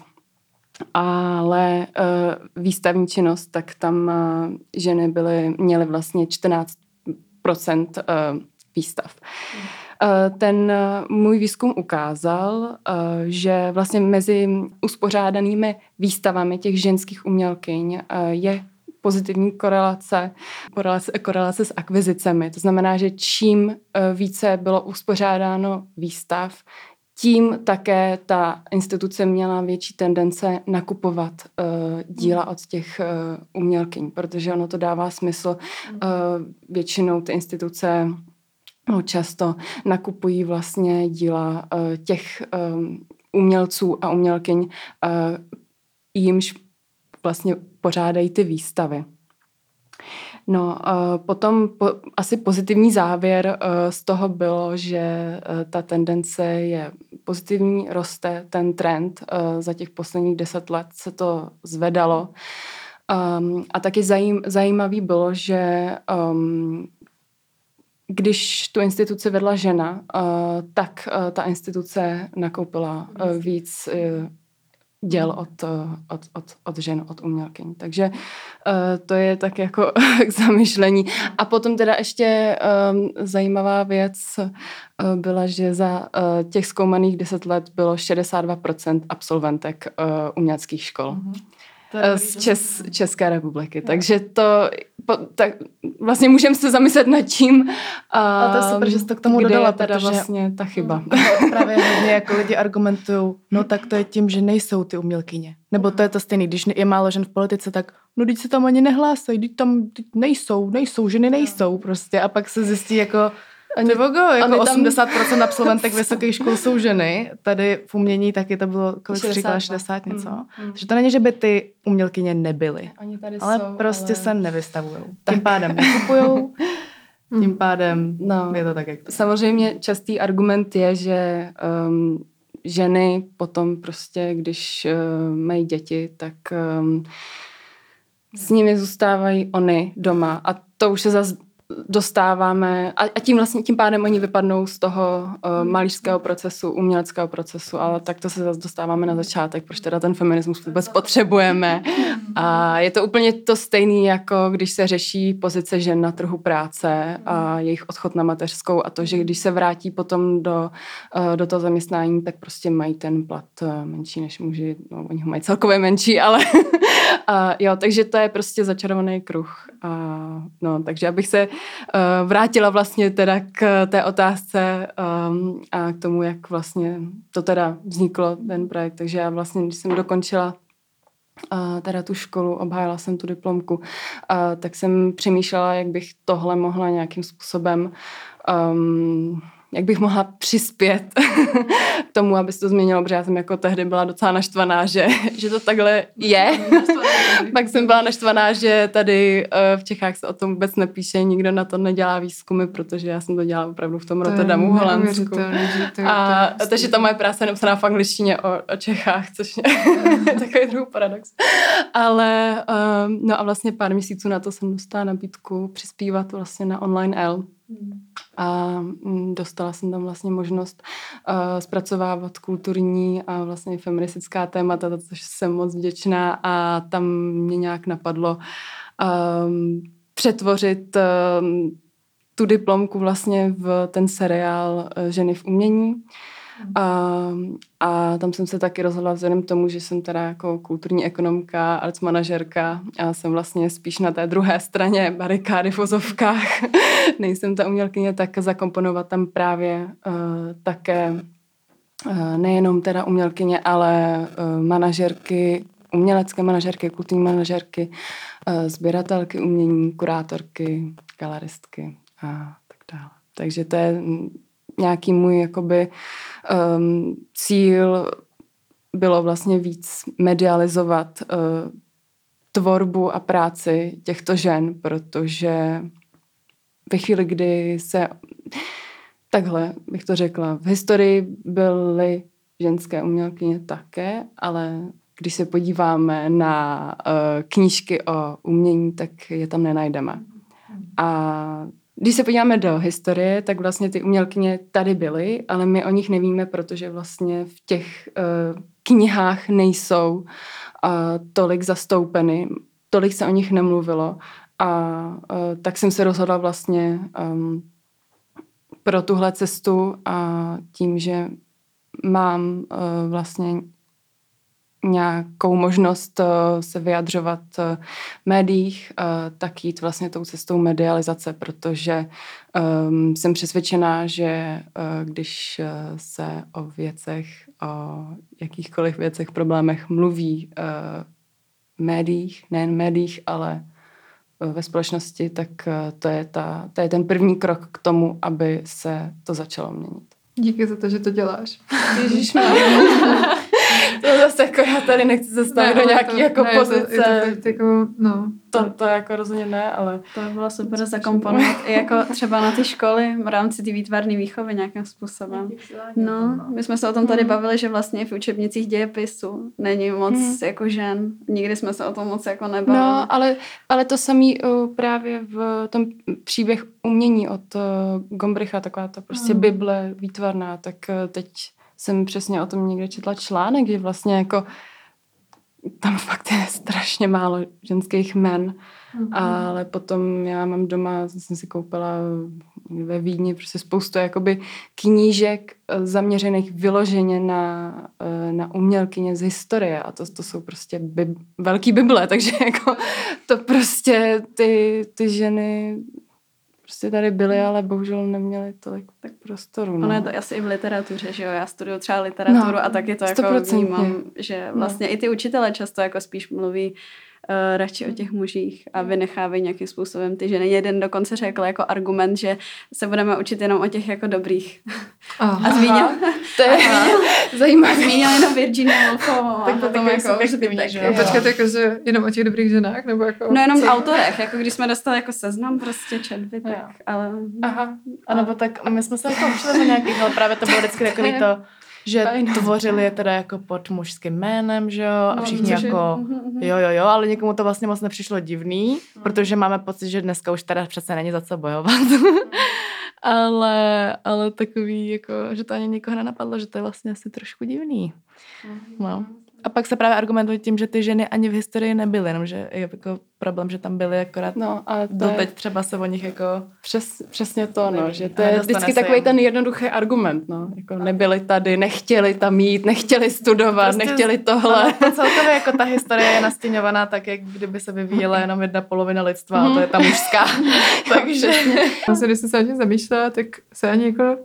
Ale uh, výstavní činnost, tak tam uh, ženy byly, měly vlastně čtrnáct procent uh, výstav. Uh, ten uh, můj výzkum ukázal, uh, že vlastně mezi uspořádanými výstavami těch ženských umělkyň uh, je pozitivní korelace, korelace, korelace s akvizicemi. To znamená, že čím uh, více bylo uspořádáno výstav, tím také ta instituce měla větší tendence nakupovat uh, díla od těch uh, umělkyň, protože ono to dává smysl. Uh, většinou ty instituce no, často nakupují vlastně díla uh, těch um, umělců a umělkyň, uh, jimž vlastně pořádají ty výstavy. No, uh, potom po, asi pozitivní závěr uh, z toho bylo, že uh, ta tendence je pozitivní, roste ten trend. Uh, za těch posledních deset let se to zvedalo. Um, a taky zajím, zajímavý bylo, že um, když tu instituci vedla žena, uh, tak uh, ta instituce nakoupila uh, víc uh, děl od, od, od, od žen, od umělkyň. Takže uh, to je tak jako k zamyšlení. A potom teda ještě um, zajímavá věc uh, byla, že za uh, těch zkoumaných deset let bylo šedesát dva procent absolventek uh, uměleckých škol. Mm-hmm. Z Čes, České republiky. No. Takže to po, tak vlastně můžeme se zamyslet nad tím. A to je super, že jsi to k tomu dodala, teda protože vlastně ta chyba. No, právě hodně jako lidi argumentují, no tak to je tím, že nejsou ty umělkyně. Nebo to je to stejný, když je málo žen v politice, tak no teď se tam ani nehlásají, teď tam teď nejsou, nejsou, ženy nejsou prostě. A pak se zjistí jako Ty vogo, jako osmdesát procent absolventek vysokých škol jsou ženy. Tady v umění taky to bylo, kolik jsi říkala, šedesát něco. Mm, mm. Takže to není, že by ty umělkyně nebyly. Oni tady ale jsou, prostě ale... se nevystavujou. Tím pádem nekupujou, tím pádem no, je to tak, jak to. Samozřejmě častý argument je, že um, ženy potom prostě, když uh, mají děti, tak um, s nimi zůstávají oni doma. A to už se zase dostáváme a, a tím vlastně tím pádem oni vypadnou z toho uh, malířského procesu, uměleckého procesu, ale tak to se zase dostáváme na začátek, proč teda ten feminismus vůbec potřebujeme. A je to úplně to stejné, jako když se řeší pozice žen na trhu práce a jejich odchod na mateřskou a to, že když se vrátí potom do, uh, do toho zaměstnání, tak prostě mají ten plat uh, menší než muži, no, oni ho mají celkově menší, ale a jo, takže to je prostě začarovaný kruh. A, no, takže abych se uh, vrátila vlastně teda k té otázce um, a k tomu, jak vlastně to teda vzniklo, ten projekt. Takže já vlastně, když jsem dokončila a teda tu školu, obhájila jsem tu diplomku, a tak jsem přemýšlela, jak bych tohle mohla nějakým způsobem um, jak bych mohla přispět k tomu, aby se to změnilo, protože já jsem jako tehdy byla docela naštvaná, že, že to takhle je. Pak jsem byla naštvaná, že tady uh, v Čechách se o tom vůbec nepíše, nikdo na to nedělá výzkumy, protože já jsem to dělala opravdu v tom to Rotterdamu, v Holandsku. A takže ta moje práce je napsaná v angličtině o, o Čechách, což je takový druhý paradox. Ale um, no a vlastně pár měsíců na to jsem dostala nabídku přispívat vlastně na Online L. A dostala jsem tam vlastně možnost uh, zpracovávat kulturní a vlastně feministická témata, za což jsem moc vděčná, a tam mě nějak napadlo um, přetvořit um, tu diplomku vlastně v ten seriál uh, Ženy v umění. A, a tam jsem se taky rozhodla vzhledem k tomu, že jsem teda jako kulturní ekonomka, arts manažerka a jsem vlastně spíš na té druhé straně barikády v vozovkách. Nejsem ta umělkyně, tak zakomponovat tam právě uh, také uh, nejenom teda umělkyně, ale uh, manažerky, umělecké manažerky, kulturní manažerky, uh, sběratelky umění, kurátorky, galeristky a tak dále. Takže to je nějaký můj jakoby um, cíl bylo vlastně víc medializovat uh, tvorbu a práci těchto žen, protože ve chvíli, kdy se takhle bych to řekla, v historii byly ženské umělkyně také, ale když se podíváme na uh, knížky o umění, tak je tam nenajdeme. A když se podíváme do historie, tak vlastně ty umělkyně tady byly, ale my o nich nevíme, protože vlastně v těch uh, knihách nejsou uh, tolik zastoupeny, tolik se o nich nemluvilo, a uh, tak jsem se rozhodla vlastně um, pro tuhle cestu, a tím, že mám uh, vlastně nějakou možnost uh, se vyjadřovat uh, v médiích, uh, tak jít vlastně tou cestou medializace, protože um, jsem přesvědčená, že uh, když uh, se o věcech, o jakýchkoliv věcech, problémech mluví uh, v médiích, nejen v médiích, ale uh, ve společnosti, tak uh, to je, ta, to je ten první krok k tomu, aby se to začalo měnit. Díky za to, že to děláš. Ježišmarja. To zase jako já tady nechci se stavit ne, do nějaký to, jako ne, pozice. Je to, je to, jako, no. to, to jako rozhodně ne, ale... To by bylo super zakomponovat i jako třeba na ty školy v rámci té výtvarné výchovy nějakým způsobem. No, my jsme se o tom tady bavili, že vlastně v učebnicích dějepisu není moc hmm. jako žen. Nikdy jsme se o tom moc jako nebavili. No, ale, ale to samý uh, právě v tom příběh umění od uh, Gombricha, taková ta prostě hmm. bible výtvarná, tak uh, teď jsem přesně o tom někde četla článek, že vlastně jako tam fakt je strašně málo ženských men, mm-hmm. ale potom já mám doma, jsem si koupila ve Vídni prostě spoustu jakoby knížek zaměřených vyloženě na, na umělkyně z historie, a to, to jsou prostě bib, velký bible, takže jako to prostě ty, ty ženy prostě tady byly, ale bohužel neměly tolik tak prostoru. No. Ono je to asi i v literatuře, že jo? Já studuju třeba literaturu no, a taky to jako vnímám, že vlastně no. i ty učitelé často jako spíš mluví uh, radši o těch mužích a vynechávají nějakým způsobem ty ženy. Jeden dokonce řekl jako argument, že se budeme učit jenom o těch jako dobrých. Aha. A zmínil, to je zajímavé. Zmínil jenom Virginia Woolfovou. Tak potom jako subjektivní, že jo? Počkat, jako, že jenom o těch dobrých ženách? Nebo jako... No jenom v autorech, jako když jsme dostali jako seznam prostě četby, tak jo. ale... Aha, a nebo tak my jsme se jako učili o nějakých, ale právě to bylo vždycky takový to, že tvořili je teda jako pod mužským jménem, že jo, a všichni no, jako jo, jo, jo, ale někomu to vlastně moc nepřišlo divný, no. protože máme pocit, že dneska už teda přece není za co bojovat. ale, ale takový, jako, že to ani nikoho nenapadlo, že to je vlastně asi trošku divný. No. A pak se právě argumentuje tím, že ty ženy ani v historii nebyly, jenomže je jako problém, že tam byly akorát no, ale to doteď je... třeba se o nich jako... Přes, přesně to, no, že to je vždycky takový ten jednoduchý argument, no, jako nebyli tady, nechtěli tam jít, nechtěli studovat, prostě nechtěli tohle. No, celkově jako ta historie je nastěňovaná tak, jak kdyby se vyvíjela jenom jedna polovina lidstva, a to je ta mužská. Takže... Vlastně, když jsem se o tím zamýšlela, tak se ani jako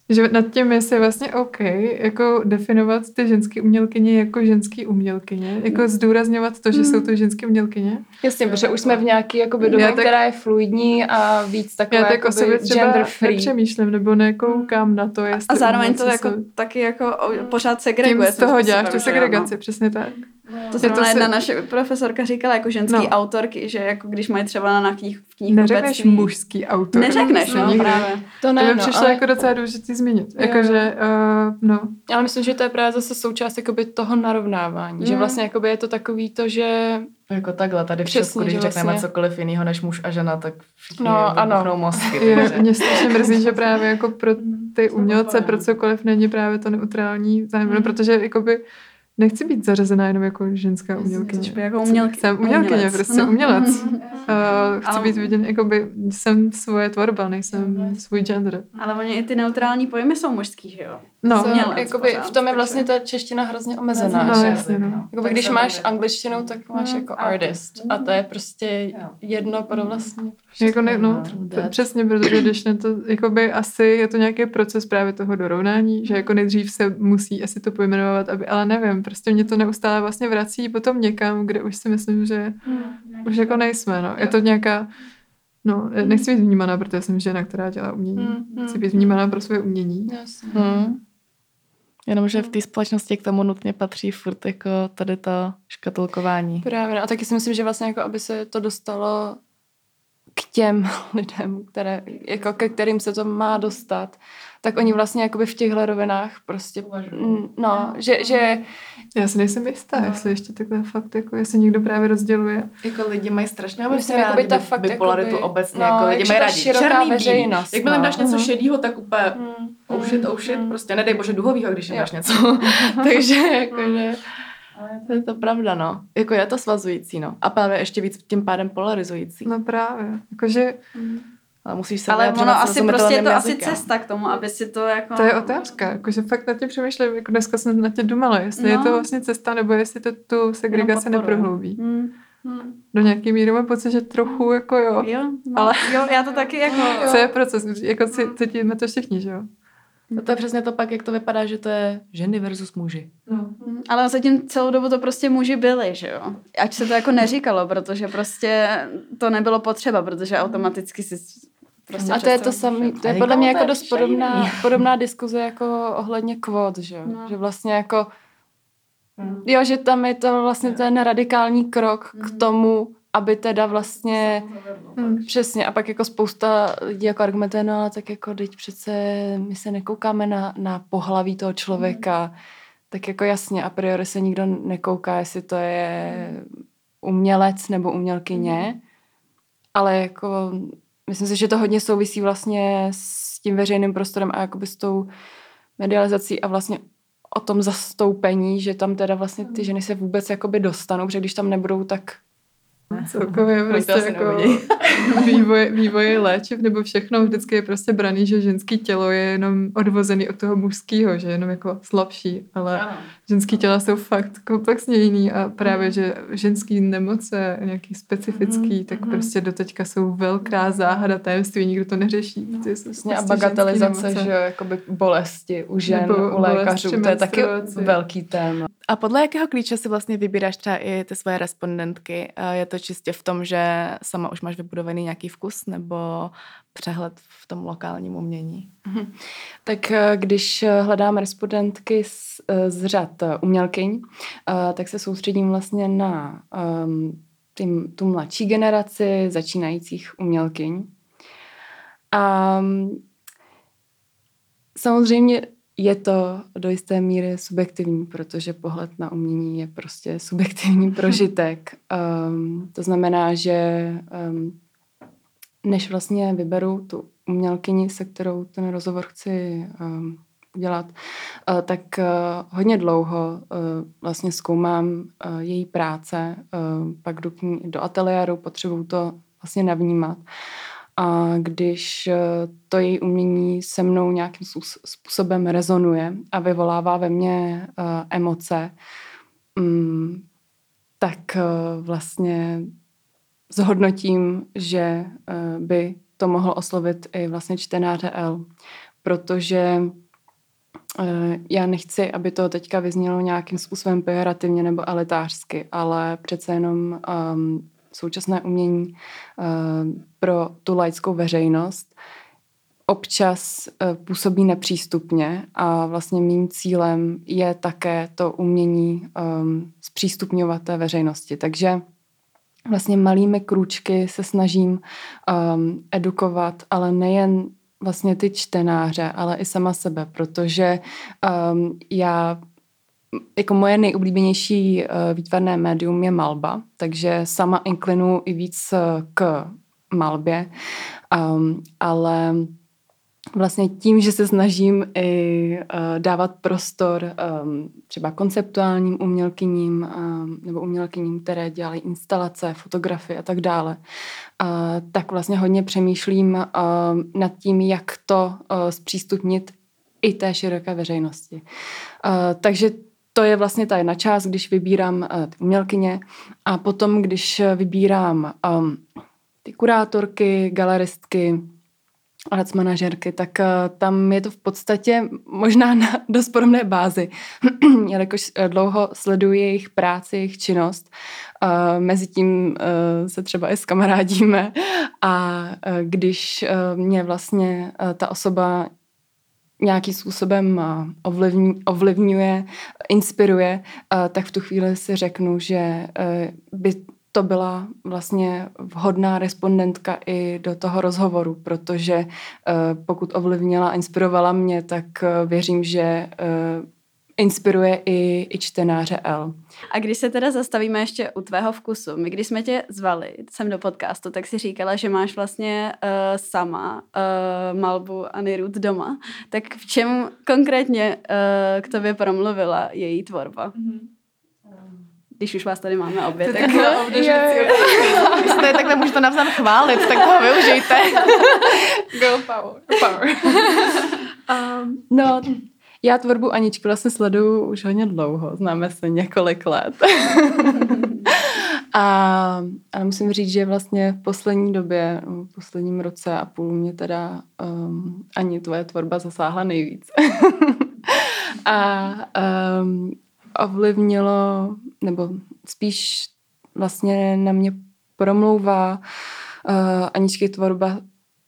Že nad tím je vlastně OK, jako definovat ty ženské umělkyně jako ženský umělkyně, jako zdůrazňovat to, že jsou to ženské umělkyně. Jasně, protože už jsme v nějaký jakoby době, tak, která je fluidní a víc taková já tak o sobě třeba gender free. Nepřemýšlím, nebo nekoukám na to, jestli a zároveň to jsou... jako taky jako pořád segreguje. Tím z toho děláš tu segregaci, přesně tak. To zrovna to jedna se... naše profesorka říkala jako ženský no. autorky, že jako když mají třeba na knih, v knihkupectví... Neřekneš mužský autor. Neřekneš, no, no právě. To ne, to by no, přišlo ale... jako docela důležitý zmínit. Jakože, uh, no. Ale myslím, že to je právě zase součást jakoby toho narovnávání, mm. že vlastně jakoby je to takový to, že... Jako takhle, tady v Česku, když vlastně... řekneme cokoliv jiného než muž a žena, tak všichni no, ano. mozky. Je, mě strašně mrzí, že právě jako pro ty umělce, pro cokoliv není právě to neutrální zájem, mm. protože jakoby nechci být zařazená jenom jako ženská umělkyně. Jako umělky, jsem umělkyně, umělec. prostě no. umělec. Uh, chci být viděn, jakoby jsem svoje tvorba, nejsem svůj gender. Ale oni i ty neutrální pojmy jsou mužský, že jo? No, umělec, jakoby pořád, v tom je vlastně ta čeština hrozně omezená. No, jasně, no. Jakoby, když máš angličtinu, tak máš jako artist. A to je prostě jedno pro vlastně. Jako ne, no, přesně, protože když ne to, jakoby asi je to nějaký proces právě toho dorovnání, že jako nejdřív se musí asi to pojmenovat, aby, ale nevím, prostě mě to neustále vlastně vrací potom někam, kde už si myslím, že už jako nejsme, no. Je to nějaká, no, nechci být vnímaná, protože jsem žena, která dělá umění. Chci být vnímaná pro svoje umění. Hmm. Jenomže v té společnosti k tomu nutně patří furt jako tady to škatulkování. Právě, no, a taky si myslím, že vlastně jako aby se to dostalo k těm lidem, které, jako ke kterým se to má dostat, tak oni vlastně jakoby v těchto rovinách prostě, no, že, že... Já si nejsem jistá, no. jestli ještě takhle fakt, jako jestli někdo právě rozděluje. Jako lidi mají strašně obecně rádi ta fakt, bipolaritu jakoby, obecně, no, jako lidi mají rádi černý veřejnost. Jakmile no. dáš něco šedýho, tak úplně mm. oh shit, oh shit, mm. prostě nedej bože duhovýho, když jim dáš něco. Takže jakože... To je to pravda, no. Jako je to svazující, no. A právě ještě víc tím pádem polarizující. No právě. Jakože... Mm. Ale musíš se ale ono asi prostě je to jazykem. Asi cesta k tomu, aby si to jako... To je otázka. Jakože fakt nad tím přemýšlím, jako dneska jsem na tě dumala, jestli no. je to vlastně cesta, nebo jestli to tu segregaci neprohloubí. Hmm. Hmm. Do nějaký míry mám pocit, že trochu jako jo. Jo, no. ale jo, já to taky jako... Co je proces? Jako si, cítíme to všichni, že jo? No to je přesně to pak, jak to vypadá, že to je ženy versus muži. No. Ale zatím celou dobu to prostě muži byli, že jo? Ať se to jako neříkalo, protože prostě to nebylo potřeba, protože automaticky si... Prostě a to je to samé, to je podle mě jako dost podobná, podobná diskuze jako ohledně kvót, že jo? No. Že vlastně jako, mm. jo, že tam je to vlastně ten radikální krok mm. k tomu, aby teda vlastně, mm. přesně, a pak jako spousta lidí jako argumentuje, no ale tak jako teď přece my se nekoukáme na, na pohlaví toho člověka, mm. tak jako jasně, a priori se nikdo nekouká, jestli to je umělec nebo umělkyně, mm. ale jako... Myslím si, že to hodně souvisí vlastně s tím veřejným prostorem a jakoby s tou medializací a vlastně o tom zastoupení, že tam teda vlastně ty ženy se vůbec jakoby dostanou, protože když tam nebudou, tak... Celkově prostě jako vývoj, vývoj léčiv nebo všechno vždycky je prostě braný, že ženský tělo je jenom odvozený od toho mužského, že je jenom jako slabší, ale ano. ženský těla jsou fakt komplexně jiný a právě, že ženský nemoce, nějaký specifický, mm, tak mm. prostě doteďka jsou velká záhada tajemství, nikdo to neřeší. No, prostě a bagatelizace, že jakoby bolesti u žen, nebo u lékařů, to je taky velký téma. A podle jakého klíče si vlastně vybíráš třeba i ty svoje respondentky? Je to čistě v tom, že sama už máš vybudovaný nějaký vkus nebo přehled v tom lokálním umění? Mhm. Tak když hledám respondentky z, z řad umělkyň, tak se soustředím vlastně na um, tím, tu mladší generaci začínajících umělkyň. A samozřejmě je to do jisté míry subjektivní, protože pohled na umění je prostě subjektivní prožitek. Um, to znamená, že um, než vlastně vyberu tu umělkyni, se kterou ten rozhovor chci um, udělat, uh, tak uh, hodně dlouho uh, vlastně zkoumám uh, její práce, uh, pak jdu k ní do ateliéru, potřebuju to vlastně navnímat. A když to její umění se mnou nějakým způsobem rezonuje a vyvolává ve mně uh, emoce, um, tak uh, vlastně zhodnotím, že uh, by to mohlo oslovit i vlastně čtenáře L. protože já nechci, aby to teďka vyznělo nějakým způsobem pejorativně nebo elitářsky, ale přece jenom um, současné umění uh, pro tu laickou veřejnost občas uh, působí nepřístupně a vlastně mým cílem je také to umění um, zpřístupňovat té veřejnosti. Takže vlastně malými krůčky se snažím um, edukovat, ale nejen vlastně ty čtenáře, ale i sama sebe, protože um, já, jako moje nejoblíbenější uh, výtvarné médium je malba, takže sama inklinuji i víc k malbě, um, ale vlastně tím, že se snažím i uh, dávat prostor um, třeba konceptuálním umělkyním um, nebo umělkyním, které dělají instalace, fotografie a tak dále, uh, tak vlastně hodně přemýšlím uh, nad tím, jak to uh, zpřístupnit i té široké veřejnosti. Uh, takže to je vlastně ta jedna část, když vybírám uh, ty umělkyně a potom, když vybírám um, ty kurátorky, galeristky, arts manažerky, tak uh, tam je to v podstatě možná na dost podobné bázi, jelikož dlouho sleduji jejich práci, jejich činnost. Uh, Mezitím uh, se třeba i skamarádíme a uh, když uh, mě vlastně uh, ta osoba nějakým způsobem uh, ovlivň, ovlivňuje, inspiruje, uh, tak v tu chvíli si řeknu, že uh, by to byla vlastně vhodná respondentka i do toho rozhovoru, protože uh, pokud ovlivnila a inspirovala mě, tak uh, věřím, že uh, inspiruje i, i čtenáře L. A když se teda zastavíme ještě u tvého vkusu, my když jsme tě zvali sem do podcastu, tak si říkala, že máš vlastně uh, sama uh, malbu Anny Rud doma. Tak v čem konkrétně uh, k tobě promluvila její tvorba? Mm-hmm. Když už vás tady máme obě, tak... Když se tady takhle můžete navzájem chválit, tak toho využijte. Girl power. power. um, no, já tvorbu Aničky vlastně sleduju už hodně dlouho, známe se několik let. a, a musím říct, že vlastně v poslední době, v posledním roce a půl mě teda um, Ani tvoje tvorba zasáhla nejvíc. a um, ovlivnilo, nebo spíš vlastně na mě promlouvá uh, Aničky tvorba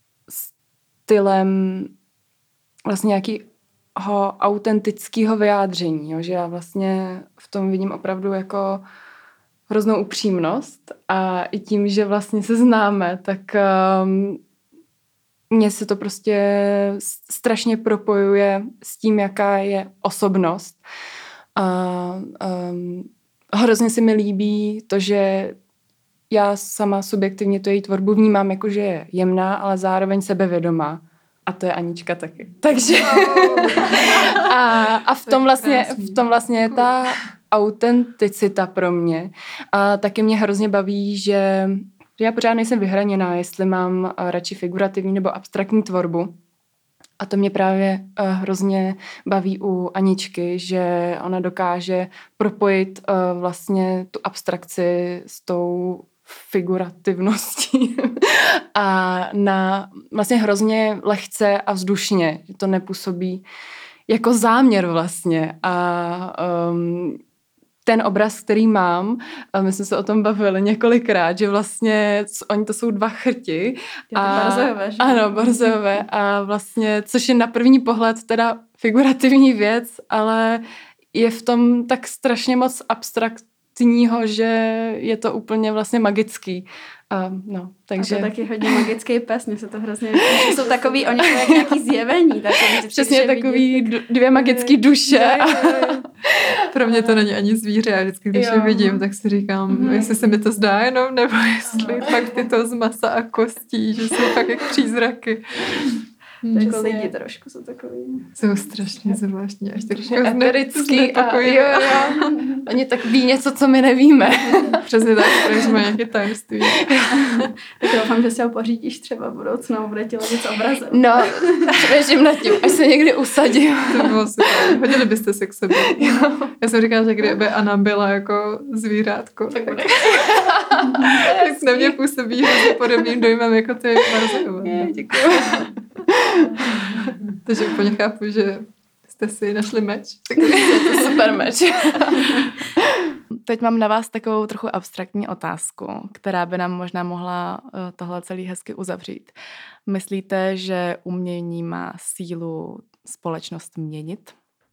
stylem vlastně nějakého autentického vyjádření, jo? Že já vlastně v tom vidím opravdu jako hroznou upřímnost a i tím, že vlastně se známe, tak um, mně se to prostě strašně propojuje s tím, jaká je osobnost. A um, hrozně se mi líbí to, že já sama subjektivně tu její tvorbu vnímám jako, že je jemná, ale zároveň sebevědomá. A to je Anička taky. Takže a, a v tom vlastně v tom vlastně je ta autenticita pro mě. A taky mě hrozně baví, že já pořád nejsem vyhraněná, jestli mám radši figurativní nebo abstraktní tvorbu. A to mě právě uh, hrozně baví u Aničky, že ona dokáže propojit uh, vlastně tu abstrakci s tou figurativností a na vlastně hrozně lehce a vzdušně. To nepůsobí jako záměr vlastně. A um, ten obraz, který mám, a my jsme se o tom bavili několikrát, že vlastně oni to jsou dva chrti. A, Barzojové, že? Ano, Barzojové. A vlastně, což je na první pohled teda figurativní věc, ale je v tom tak strašně moc abstraktního, že je to úplně vlastně magický. A, no, takže... A to je taky hodně magický pes, mně se to hrozně líbí, že jsou takový, oni jsou jak nějaký zjevení. Takový, přesně takový vidí, tak... dvě magické duše. Je, je, je. Pro mě to není ani zvíře, já vždycky, když je vidím, tak si říkám, mm. jestli se mi to zdá jenom, nebo jestli fakt ty to z masa a kostí, že jsou fakt jak přízraky. Jako lidi trošku jsou takový. Jsou strašně zvláštní, až tak eterický a jo, jo. Oni tak ví něco, co my nevíme. Přesně tak, protože jsme nějaké tajemství. Tak doufám, že si ho pořídíš třeba v budoucnu a bude ti ladit s obrazem. No, přemýšlím nad tím, až se někdy usadím. To bylo super. Hodili byste se k sobě. Já jsem říkala, že kdyby Anna byla jako zvířátko, tak, tak, tak na mě působí hrozně podobným dojmem jako ty Barzojové. Děkuji. Takže úplně chápu, že jste si našli meč. Tak je to super meč. Teď mám na vás takovou trochu abstraktní otázku, která by nám možná mohla tohle celý hezky uzavřít. Myslíte, že umění má sílu společnost měnit?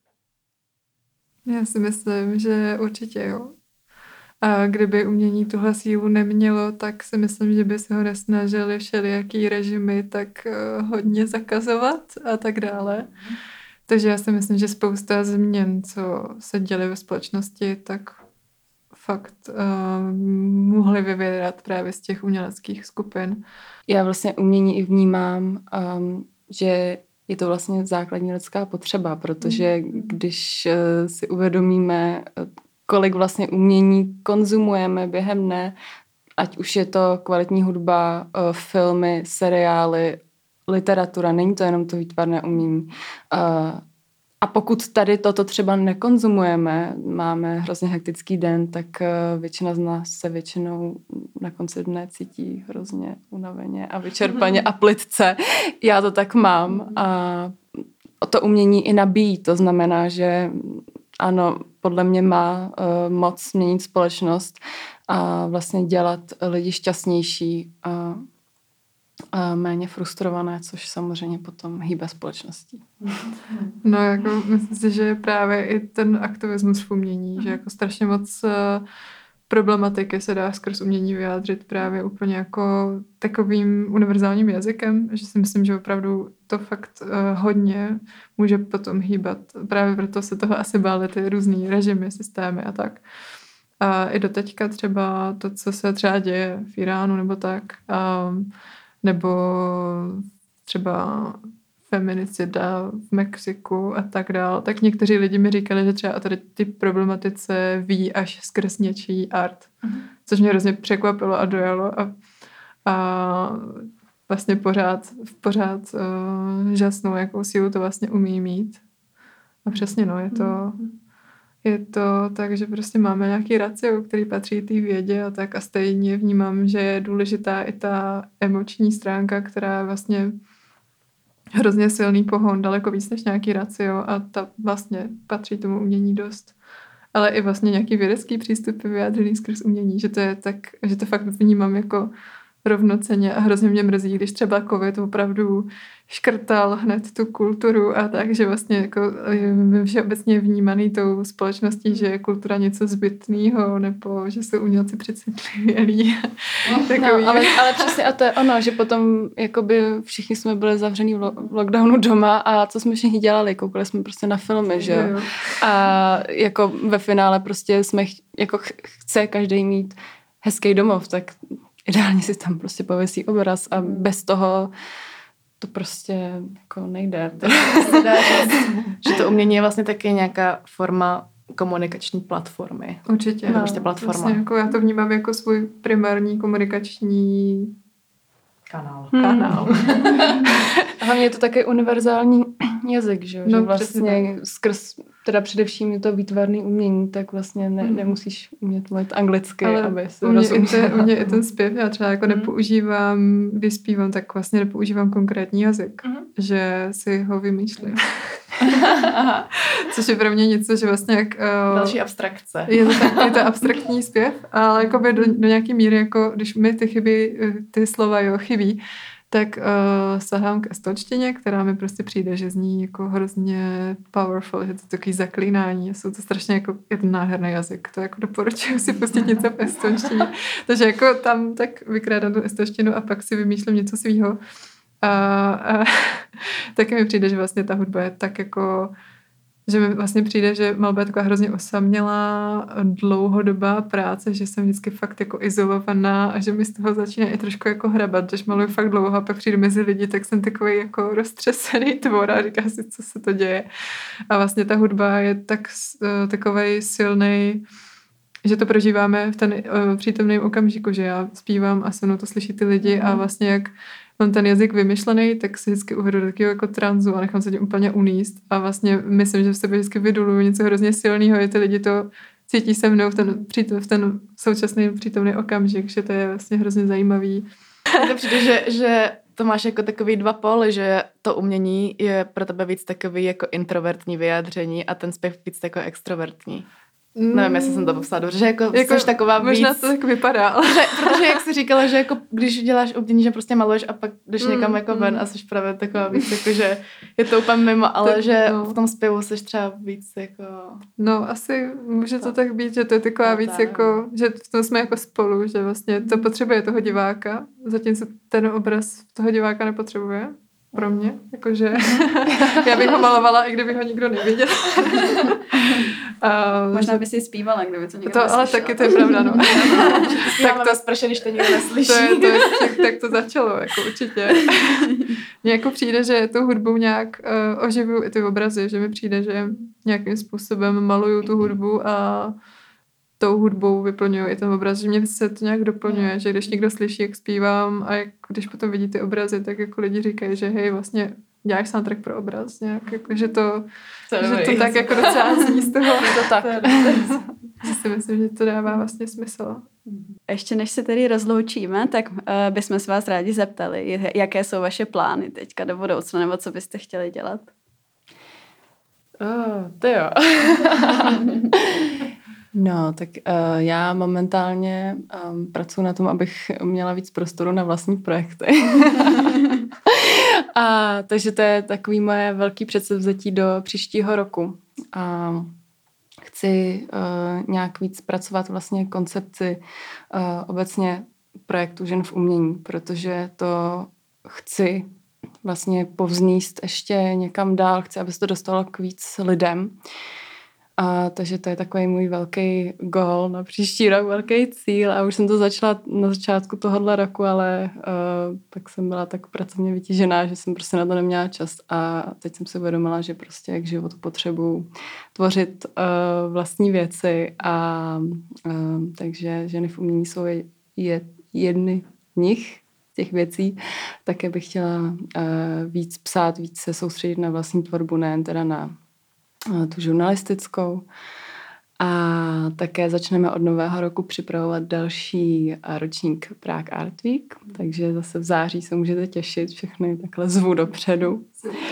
Já si myslím, že určitě jo. A kdyby umění tuhle sílu nemělo, tak si myslím, že by se ho nesnažili všelijaký režimy tak uh, hodně zakazovat a tak dále. Takže já si myslím, že spousta změn, co se děly ve společnosti, tak fakt uh, mohly vyvěrat právě z těch uměleckých skupin. Já vlastně umění i vnímám, um, že je to vlastně základní lidská potřeba, protože když uh, si uvědomíme, kolik vlastně umění konzumujeme během dne, ať už je to kvalitní hudba, uh, filmy, seriály, literatura, není to jenom to výtvarné umění. Uh, A pokud tady toto třeba nekonzumujeme, máme hrozně hektický den, tak většina z nás se většinou na konci dne cítí hrozně unaveně a vyčerpaně a plytce. Já to tak mám a to umění i nabíjí. To znamená, že ano, podle mě má moc změnit společnost a vlastně dělat lidi šťastnější a a méně frustrované, což samozřejmě potom hýbe společností. No, jako myslím si, že právě i ten aktivismus v umění, že jako strašně moc uh, problematiky se dá skrz umění vyjádřit právě úplně jako takovým univerzálním jazykem, že si myslím, že opravdu to fakt uh, hodně může potom hýbat. Právě proto se toho asi bály ty různý režimy, systémy a tak. A i doteďka třeba to, co se třeba děje v Iránu nebo tak, um, nebo třeba feminicida v Mexiku a tak dál, tak někteří lidi mi říkali, že třeba o tady ty problematice ví až skrz něčí art, mm. což mě hrozně překvapilo a dojalo a, a vlastně pořád, pořád uh, žasnou, jakou sílu to vlastně umí mít. A přesně no, je to... Mm. Je to tak, že prostě máme nějaký ratio, který patří té vědě a tak a stejně vnímám, že je důležitá i ta emoční stránka, která je vlastně hrozně silný pohon, daleko víc než nějaký ratio a ta vlastně patří tomu umění dost. Ale i vlastně nějaký vědecký přístup je vyjádřený skrz umění, že to je tak, že to fakt vnímám jako rovnocenně a hrozně mě mrzí, když třeba covid opravdu škrtal hned tu kulturu a tak, že vlastně jako je všeobecně vnímaný tou společností, že je kultura něco zbytného nebo že jsou umělci přecitlivělí. No, ale, ale přesně a to je ono, že potom jakoby všichni jsme byli zavřený v, lo- v lockdownu doma a co jsme všichni dělali, koukali jsme prostě na filmy, že jo. A jako ve finále prostě jsme ch- jako ch- chce každý mít hezký domov, tak ideálně si tam prostě pověsí obraz a bez toho to prostě jako nejde. Že to umění je vlastně taky nějaká forma komunikační platformy. Určitě. No, prostě platforma. Vlastně jako já to vnímám jako svůj primární komunikační kanál. Hmm. kanál. Hlavně je to taky univerzální jazyk, že, no, že vlastně skrz teda především je to výtvarný umění, tak vlastně ne, nemusíš umět mluvit anglicky, ale aby se u mě, i rozuměla. ten, u mě i ten zpěv, já třeba jako mm. nepoužívám, když zpívám, tak vlastně nepoužívám konkrétní jazyk, mm. že si ho vymýšlím. Což je pro mě něco, že vlastně jak... Uh, Další abstrakce. Je to, tak, je to abstraktní zpěv, ale jakoby do, do nějaký míry, jako když mi ty chyby, ty slova jo, chybí, tak uh, sahám k estonštině, která mi prostě přijde, že zní jako hrozně powerful, že to takový zaklínání, jsou to strašně jako, je to nádherný jazyk, to jako doporučuji si pustit něco v estonštině, takže jako tam tak vykrádám tu estonštinu a pak si vymýšlím něco svýho a, a taky mi přijde, že vlastně ta hudba je tak jako, že mi vlastně přijde, že Malba je taková hrozně osamělá dlouhodobá práce, že jsem vždycky fakt jako izolovaná a že mi z toho začíná i trošku jako hrabat, když maluji fakt dlouho a pak přijdu mezi lidi, tak jsem takový jako roztřesený tvor a říká si, co se to děje. A vlastně ta hudba je tak takovej silnej, že to prožíváme v ten uh, přítomném okamžiku, že já zpívám a se mnou to slyší ty lidi mm. a vlastně jak mám ten jazyk vymyšlený, tak si vždycky uvedu do takového jako tranzu a nechám se tím úplně uníst a vlastně myslím, že v sebe vždycky vyduluju něco hrozně silného, že ty lidi to cítí se mnou v ten, v ten současný přítomný okamžik, že to je vlastně hrozně zajímavý. Mně to přijde, že, že to máš jako takový dva póly, že to umění je pro tebe víc takový jako introvertní vyjádření a ten zpěv víc jako extrovertní. Mm. Nevím, jestli jsem to popsala dobře, že jako, jako jsi taková víc... Možná to tak vypadá. Ale... Protože, protože jak jsi říkala, že jako když děláš umění, že prostě maluješ a pak jdeš mm, někam jako ven mm. a jsi právě taková víc, jako že je to úplně mimo, ale tak, že no. v tom zpěvu jsi třeba víc jako... No asi může to tak být, že to je taková no, víc tak. jako, že v tom jsme jako spolu, že vlastně to potřebuje toho diváka, zatímco ten obraz toho diváka nepotřebuje. Pro mě, jakože já bych ho malovala, i kdyby ho nikdo neviděl. Uh, Možná by si zpívala, kdyby to někdo to, ale taky to je pravda, no. Tak to sprše, když to nikdo neslyší. To je, to je, tak, tak to začalo, jako určitě. Mně jako přijde, že tou hudbou nějak uh, oživuju i ty obrazy, že mi přijde, že nějakým způsobem maluju tu hudbu a tou hudbou vyplňuju i ten obraz, že mě se to nějak doplňuje, že když někdo slyší, jak zpívám a jak, když potom vidí ty obrazy, tak jako lidi říkají, že hej, vlastně děláš soundtrack pro obraz nějak, jako, že to, to, že to tak jako docela zní z toho. To tak. Že si myslím, že to dává vlastně smysl. Ještě než se tedy rozloučíme, tak uh, bychom se vás rádi zeptali, jaké jsou vaše plány teďka do budoucna, nebo co byste chtěli dělat? Oh, to jo. No, tak uh, já momentálně um, pracuji na tom, abych měla víc prostoru na vlastní projekty. A takže to je takový moje velký předsevzetí do příštího roku. A chci uh, nějak víc pracovat vlastně koncepci uh, obecně projektu Žen v umění, protože to chci vlastně povzníst ještě někam dál, chci, aby se to dostalo k víc lidem. A takže to je takový můj velký goal na příští rok, velký cíl a už jsem to začala na začátku tohohle roku, ale uh, tak jsem byla tak pracovně vytížená, že jsem prostě na to neměla čas a teď jsem si uvědomila, že prostě k životu potřebuji tvořit uh, vlastní věci a uh, takže Ženy v umění jsou je, je jedny z nich, těch věcí, také bych chtěla uh, víc psát, víc se soustředit na vlastní tvorbu, nejen teda na tu žurnalistickou. A také začneme od nového roku připravovat další ročník Prague Art Week, takže zase v září se můžete těšit, všechny takhle zvu dopředu.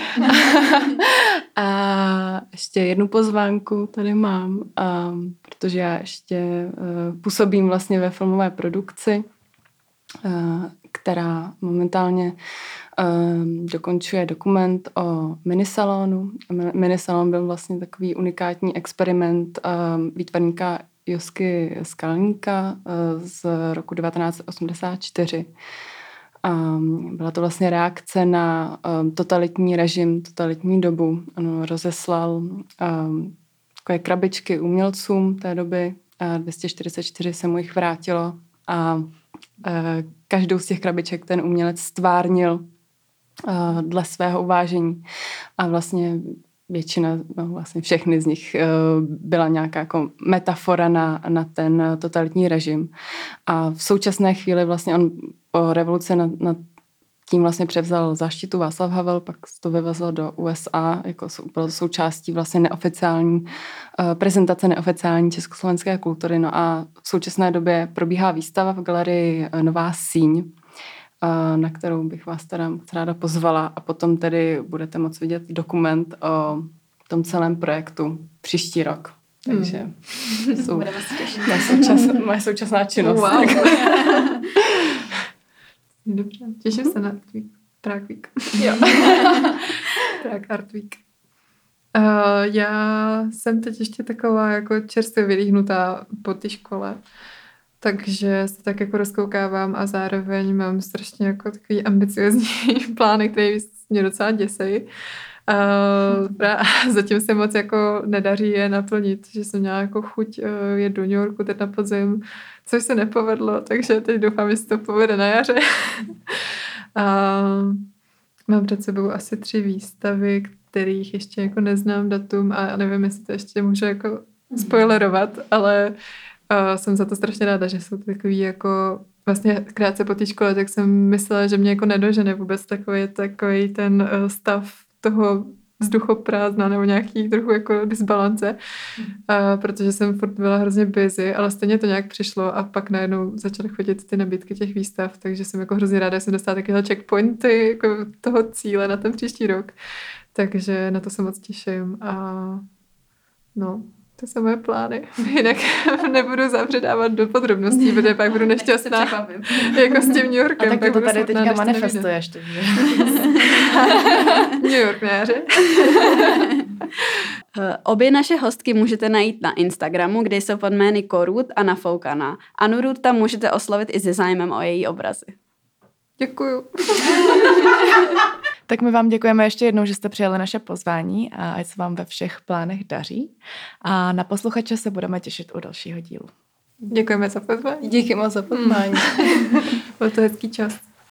A ještě jednu pozvánku tady mám, um, protože já ještě uh, působím vlastně ve filmové produkci, uh, která momentálně um, dokončuje dokument o minisalonu. Minisalon byl vlastně takový unikátní experiment um, výtvarníka Josky Skalníka uh, z roku devatenáct osmdesát čtyři. Um, byla to vlastně reakce na um, totalitní režim, totalitní dobu. On rozeslal um, takové krabičky umělcům té doby. A dvě stě čtyřicet čtyři se mu jich vrátilo a uh, každou z těch krabiček ten umělec stvárnil uh, dle svého uvážení. A vlastně většina, no vlastně všechny z nich uh, byla nějaká jako metafora na, na ten totalitní režim. A v současné chvíli vlastně on po revoluci nad, nad tím vlastně převzal záštitu Václav Havel, pak to vyvezl do U S A, jako sou, bylo to součástí vlastně neoficiální uh, prezentace neoficiální československé kultury. No a v současné době probíhá výstava v galerii Nová síň, uh, na kterou bych vás teda moc ráda pozvala a potom tedy budete moct vidět dokument o tom celém projektu příští rok. Takže hmm. jsou moje, součas, moje současná činnost. Wow. Dobře, těším se na Prague Week. Jo. Prague Art Week. Uh, já jsem teď ještě taková jako čerstvě vylíhnutá po té škole, takže se tak jako rozkoukávám a zároveň mám strašně jako takový ambiciozní plány, které mě docela děsejí. Uh, zatím se moc jako nedaří je naplnit, že jsem měla jako chuť uh, jet do New Yorku teď na podzim, což se nepovedlo, takže teď doufám, že se to povede na jaře. uh, mám před sebou asi tři výstavy, kterých ještě jako neznám datum a nevím, jestli to ještě můžu jako spoilerovat, ale uh, jsem za to strašně ráda, že jsou takový jako vlastně krátce po té škole, tak jsem myslela, že mě jako nedožene vůbec takový, takový ten uh, stav toho vzduchoprázdna nebo nějaký trochu jako disbalance, a protože jsem furt byla hrozně busy, ale stejně to nějak přišlo a pak najednou začaly chodit ty nabídky těch výstav, takže jsem jako hrozně ráda, že jsem dostala takovéhle checkpointy jako toho cíle na ten příští rok, takže na to se moc těším a no, to jsou moje plány. Jinak nebudu zavředávat do podrobností, protože pak budu nešťastná. Jako s tím New Yorkem. A tak ty to tady smutná, teďka manifestuješ. Takže. New York, ne, že? Obě naše hostky můžete najít na Instagramu, kde jsou pod jmény Korut a Nafoukaná. Anu Rud tam můžete oslovit i se zájmem o její obrazy. Děkuju. Tak my vám děkujeme ještě jednou, že jste přijali naše pozvání a ať se vám ve všech plánech daří. A na posluchače se budeme těšit u dalšího dílu. Děkujeme za pozvání. Díky moc za pozvání. Byl to hezký čas.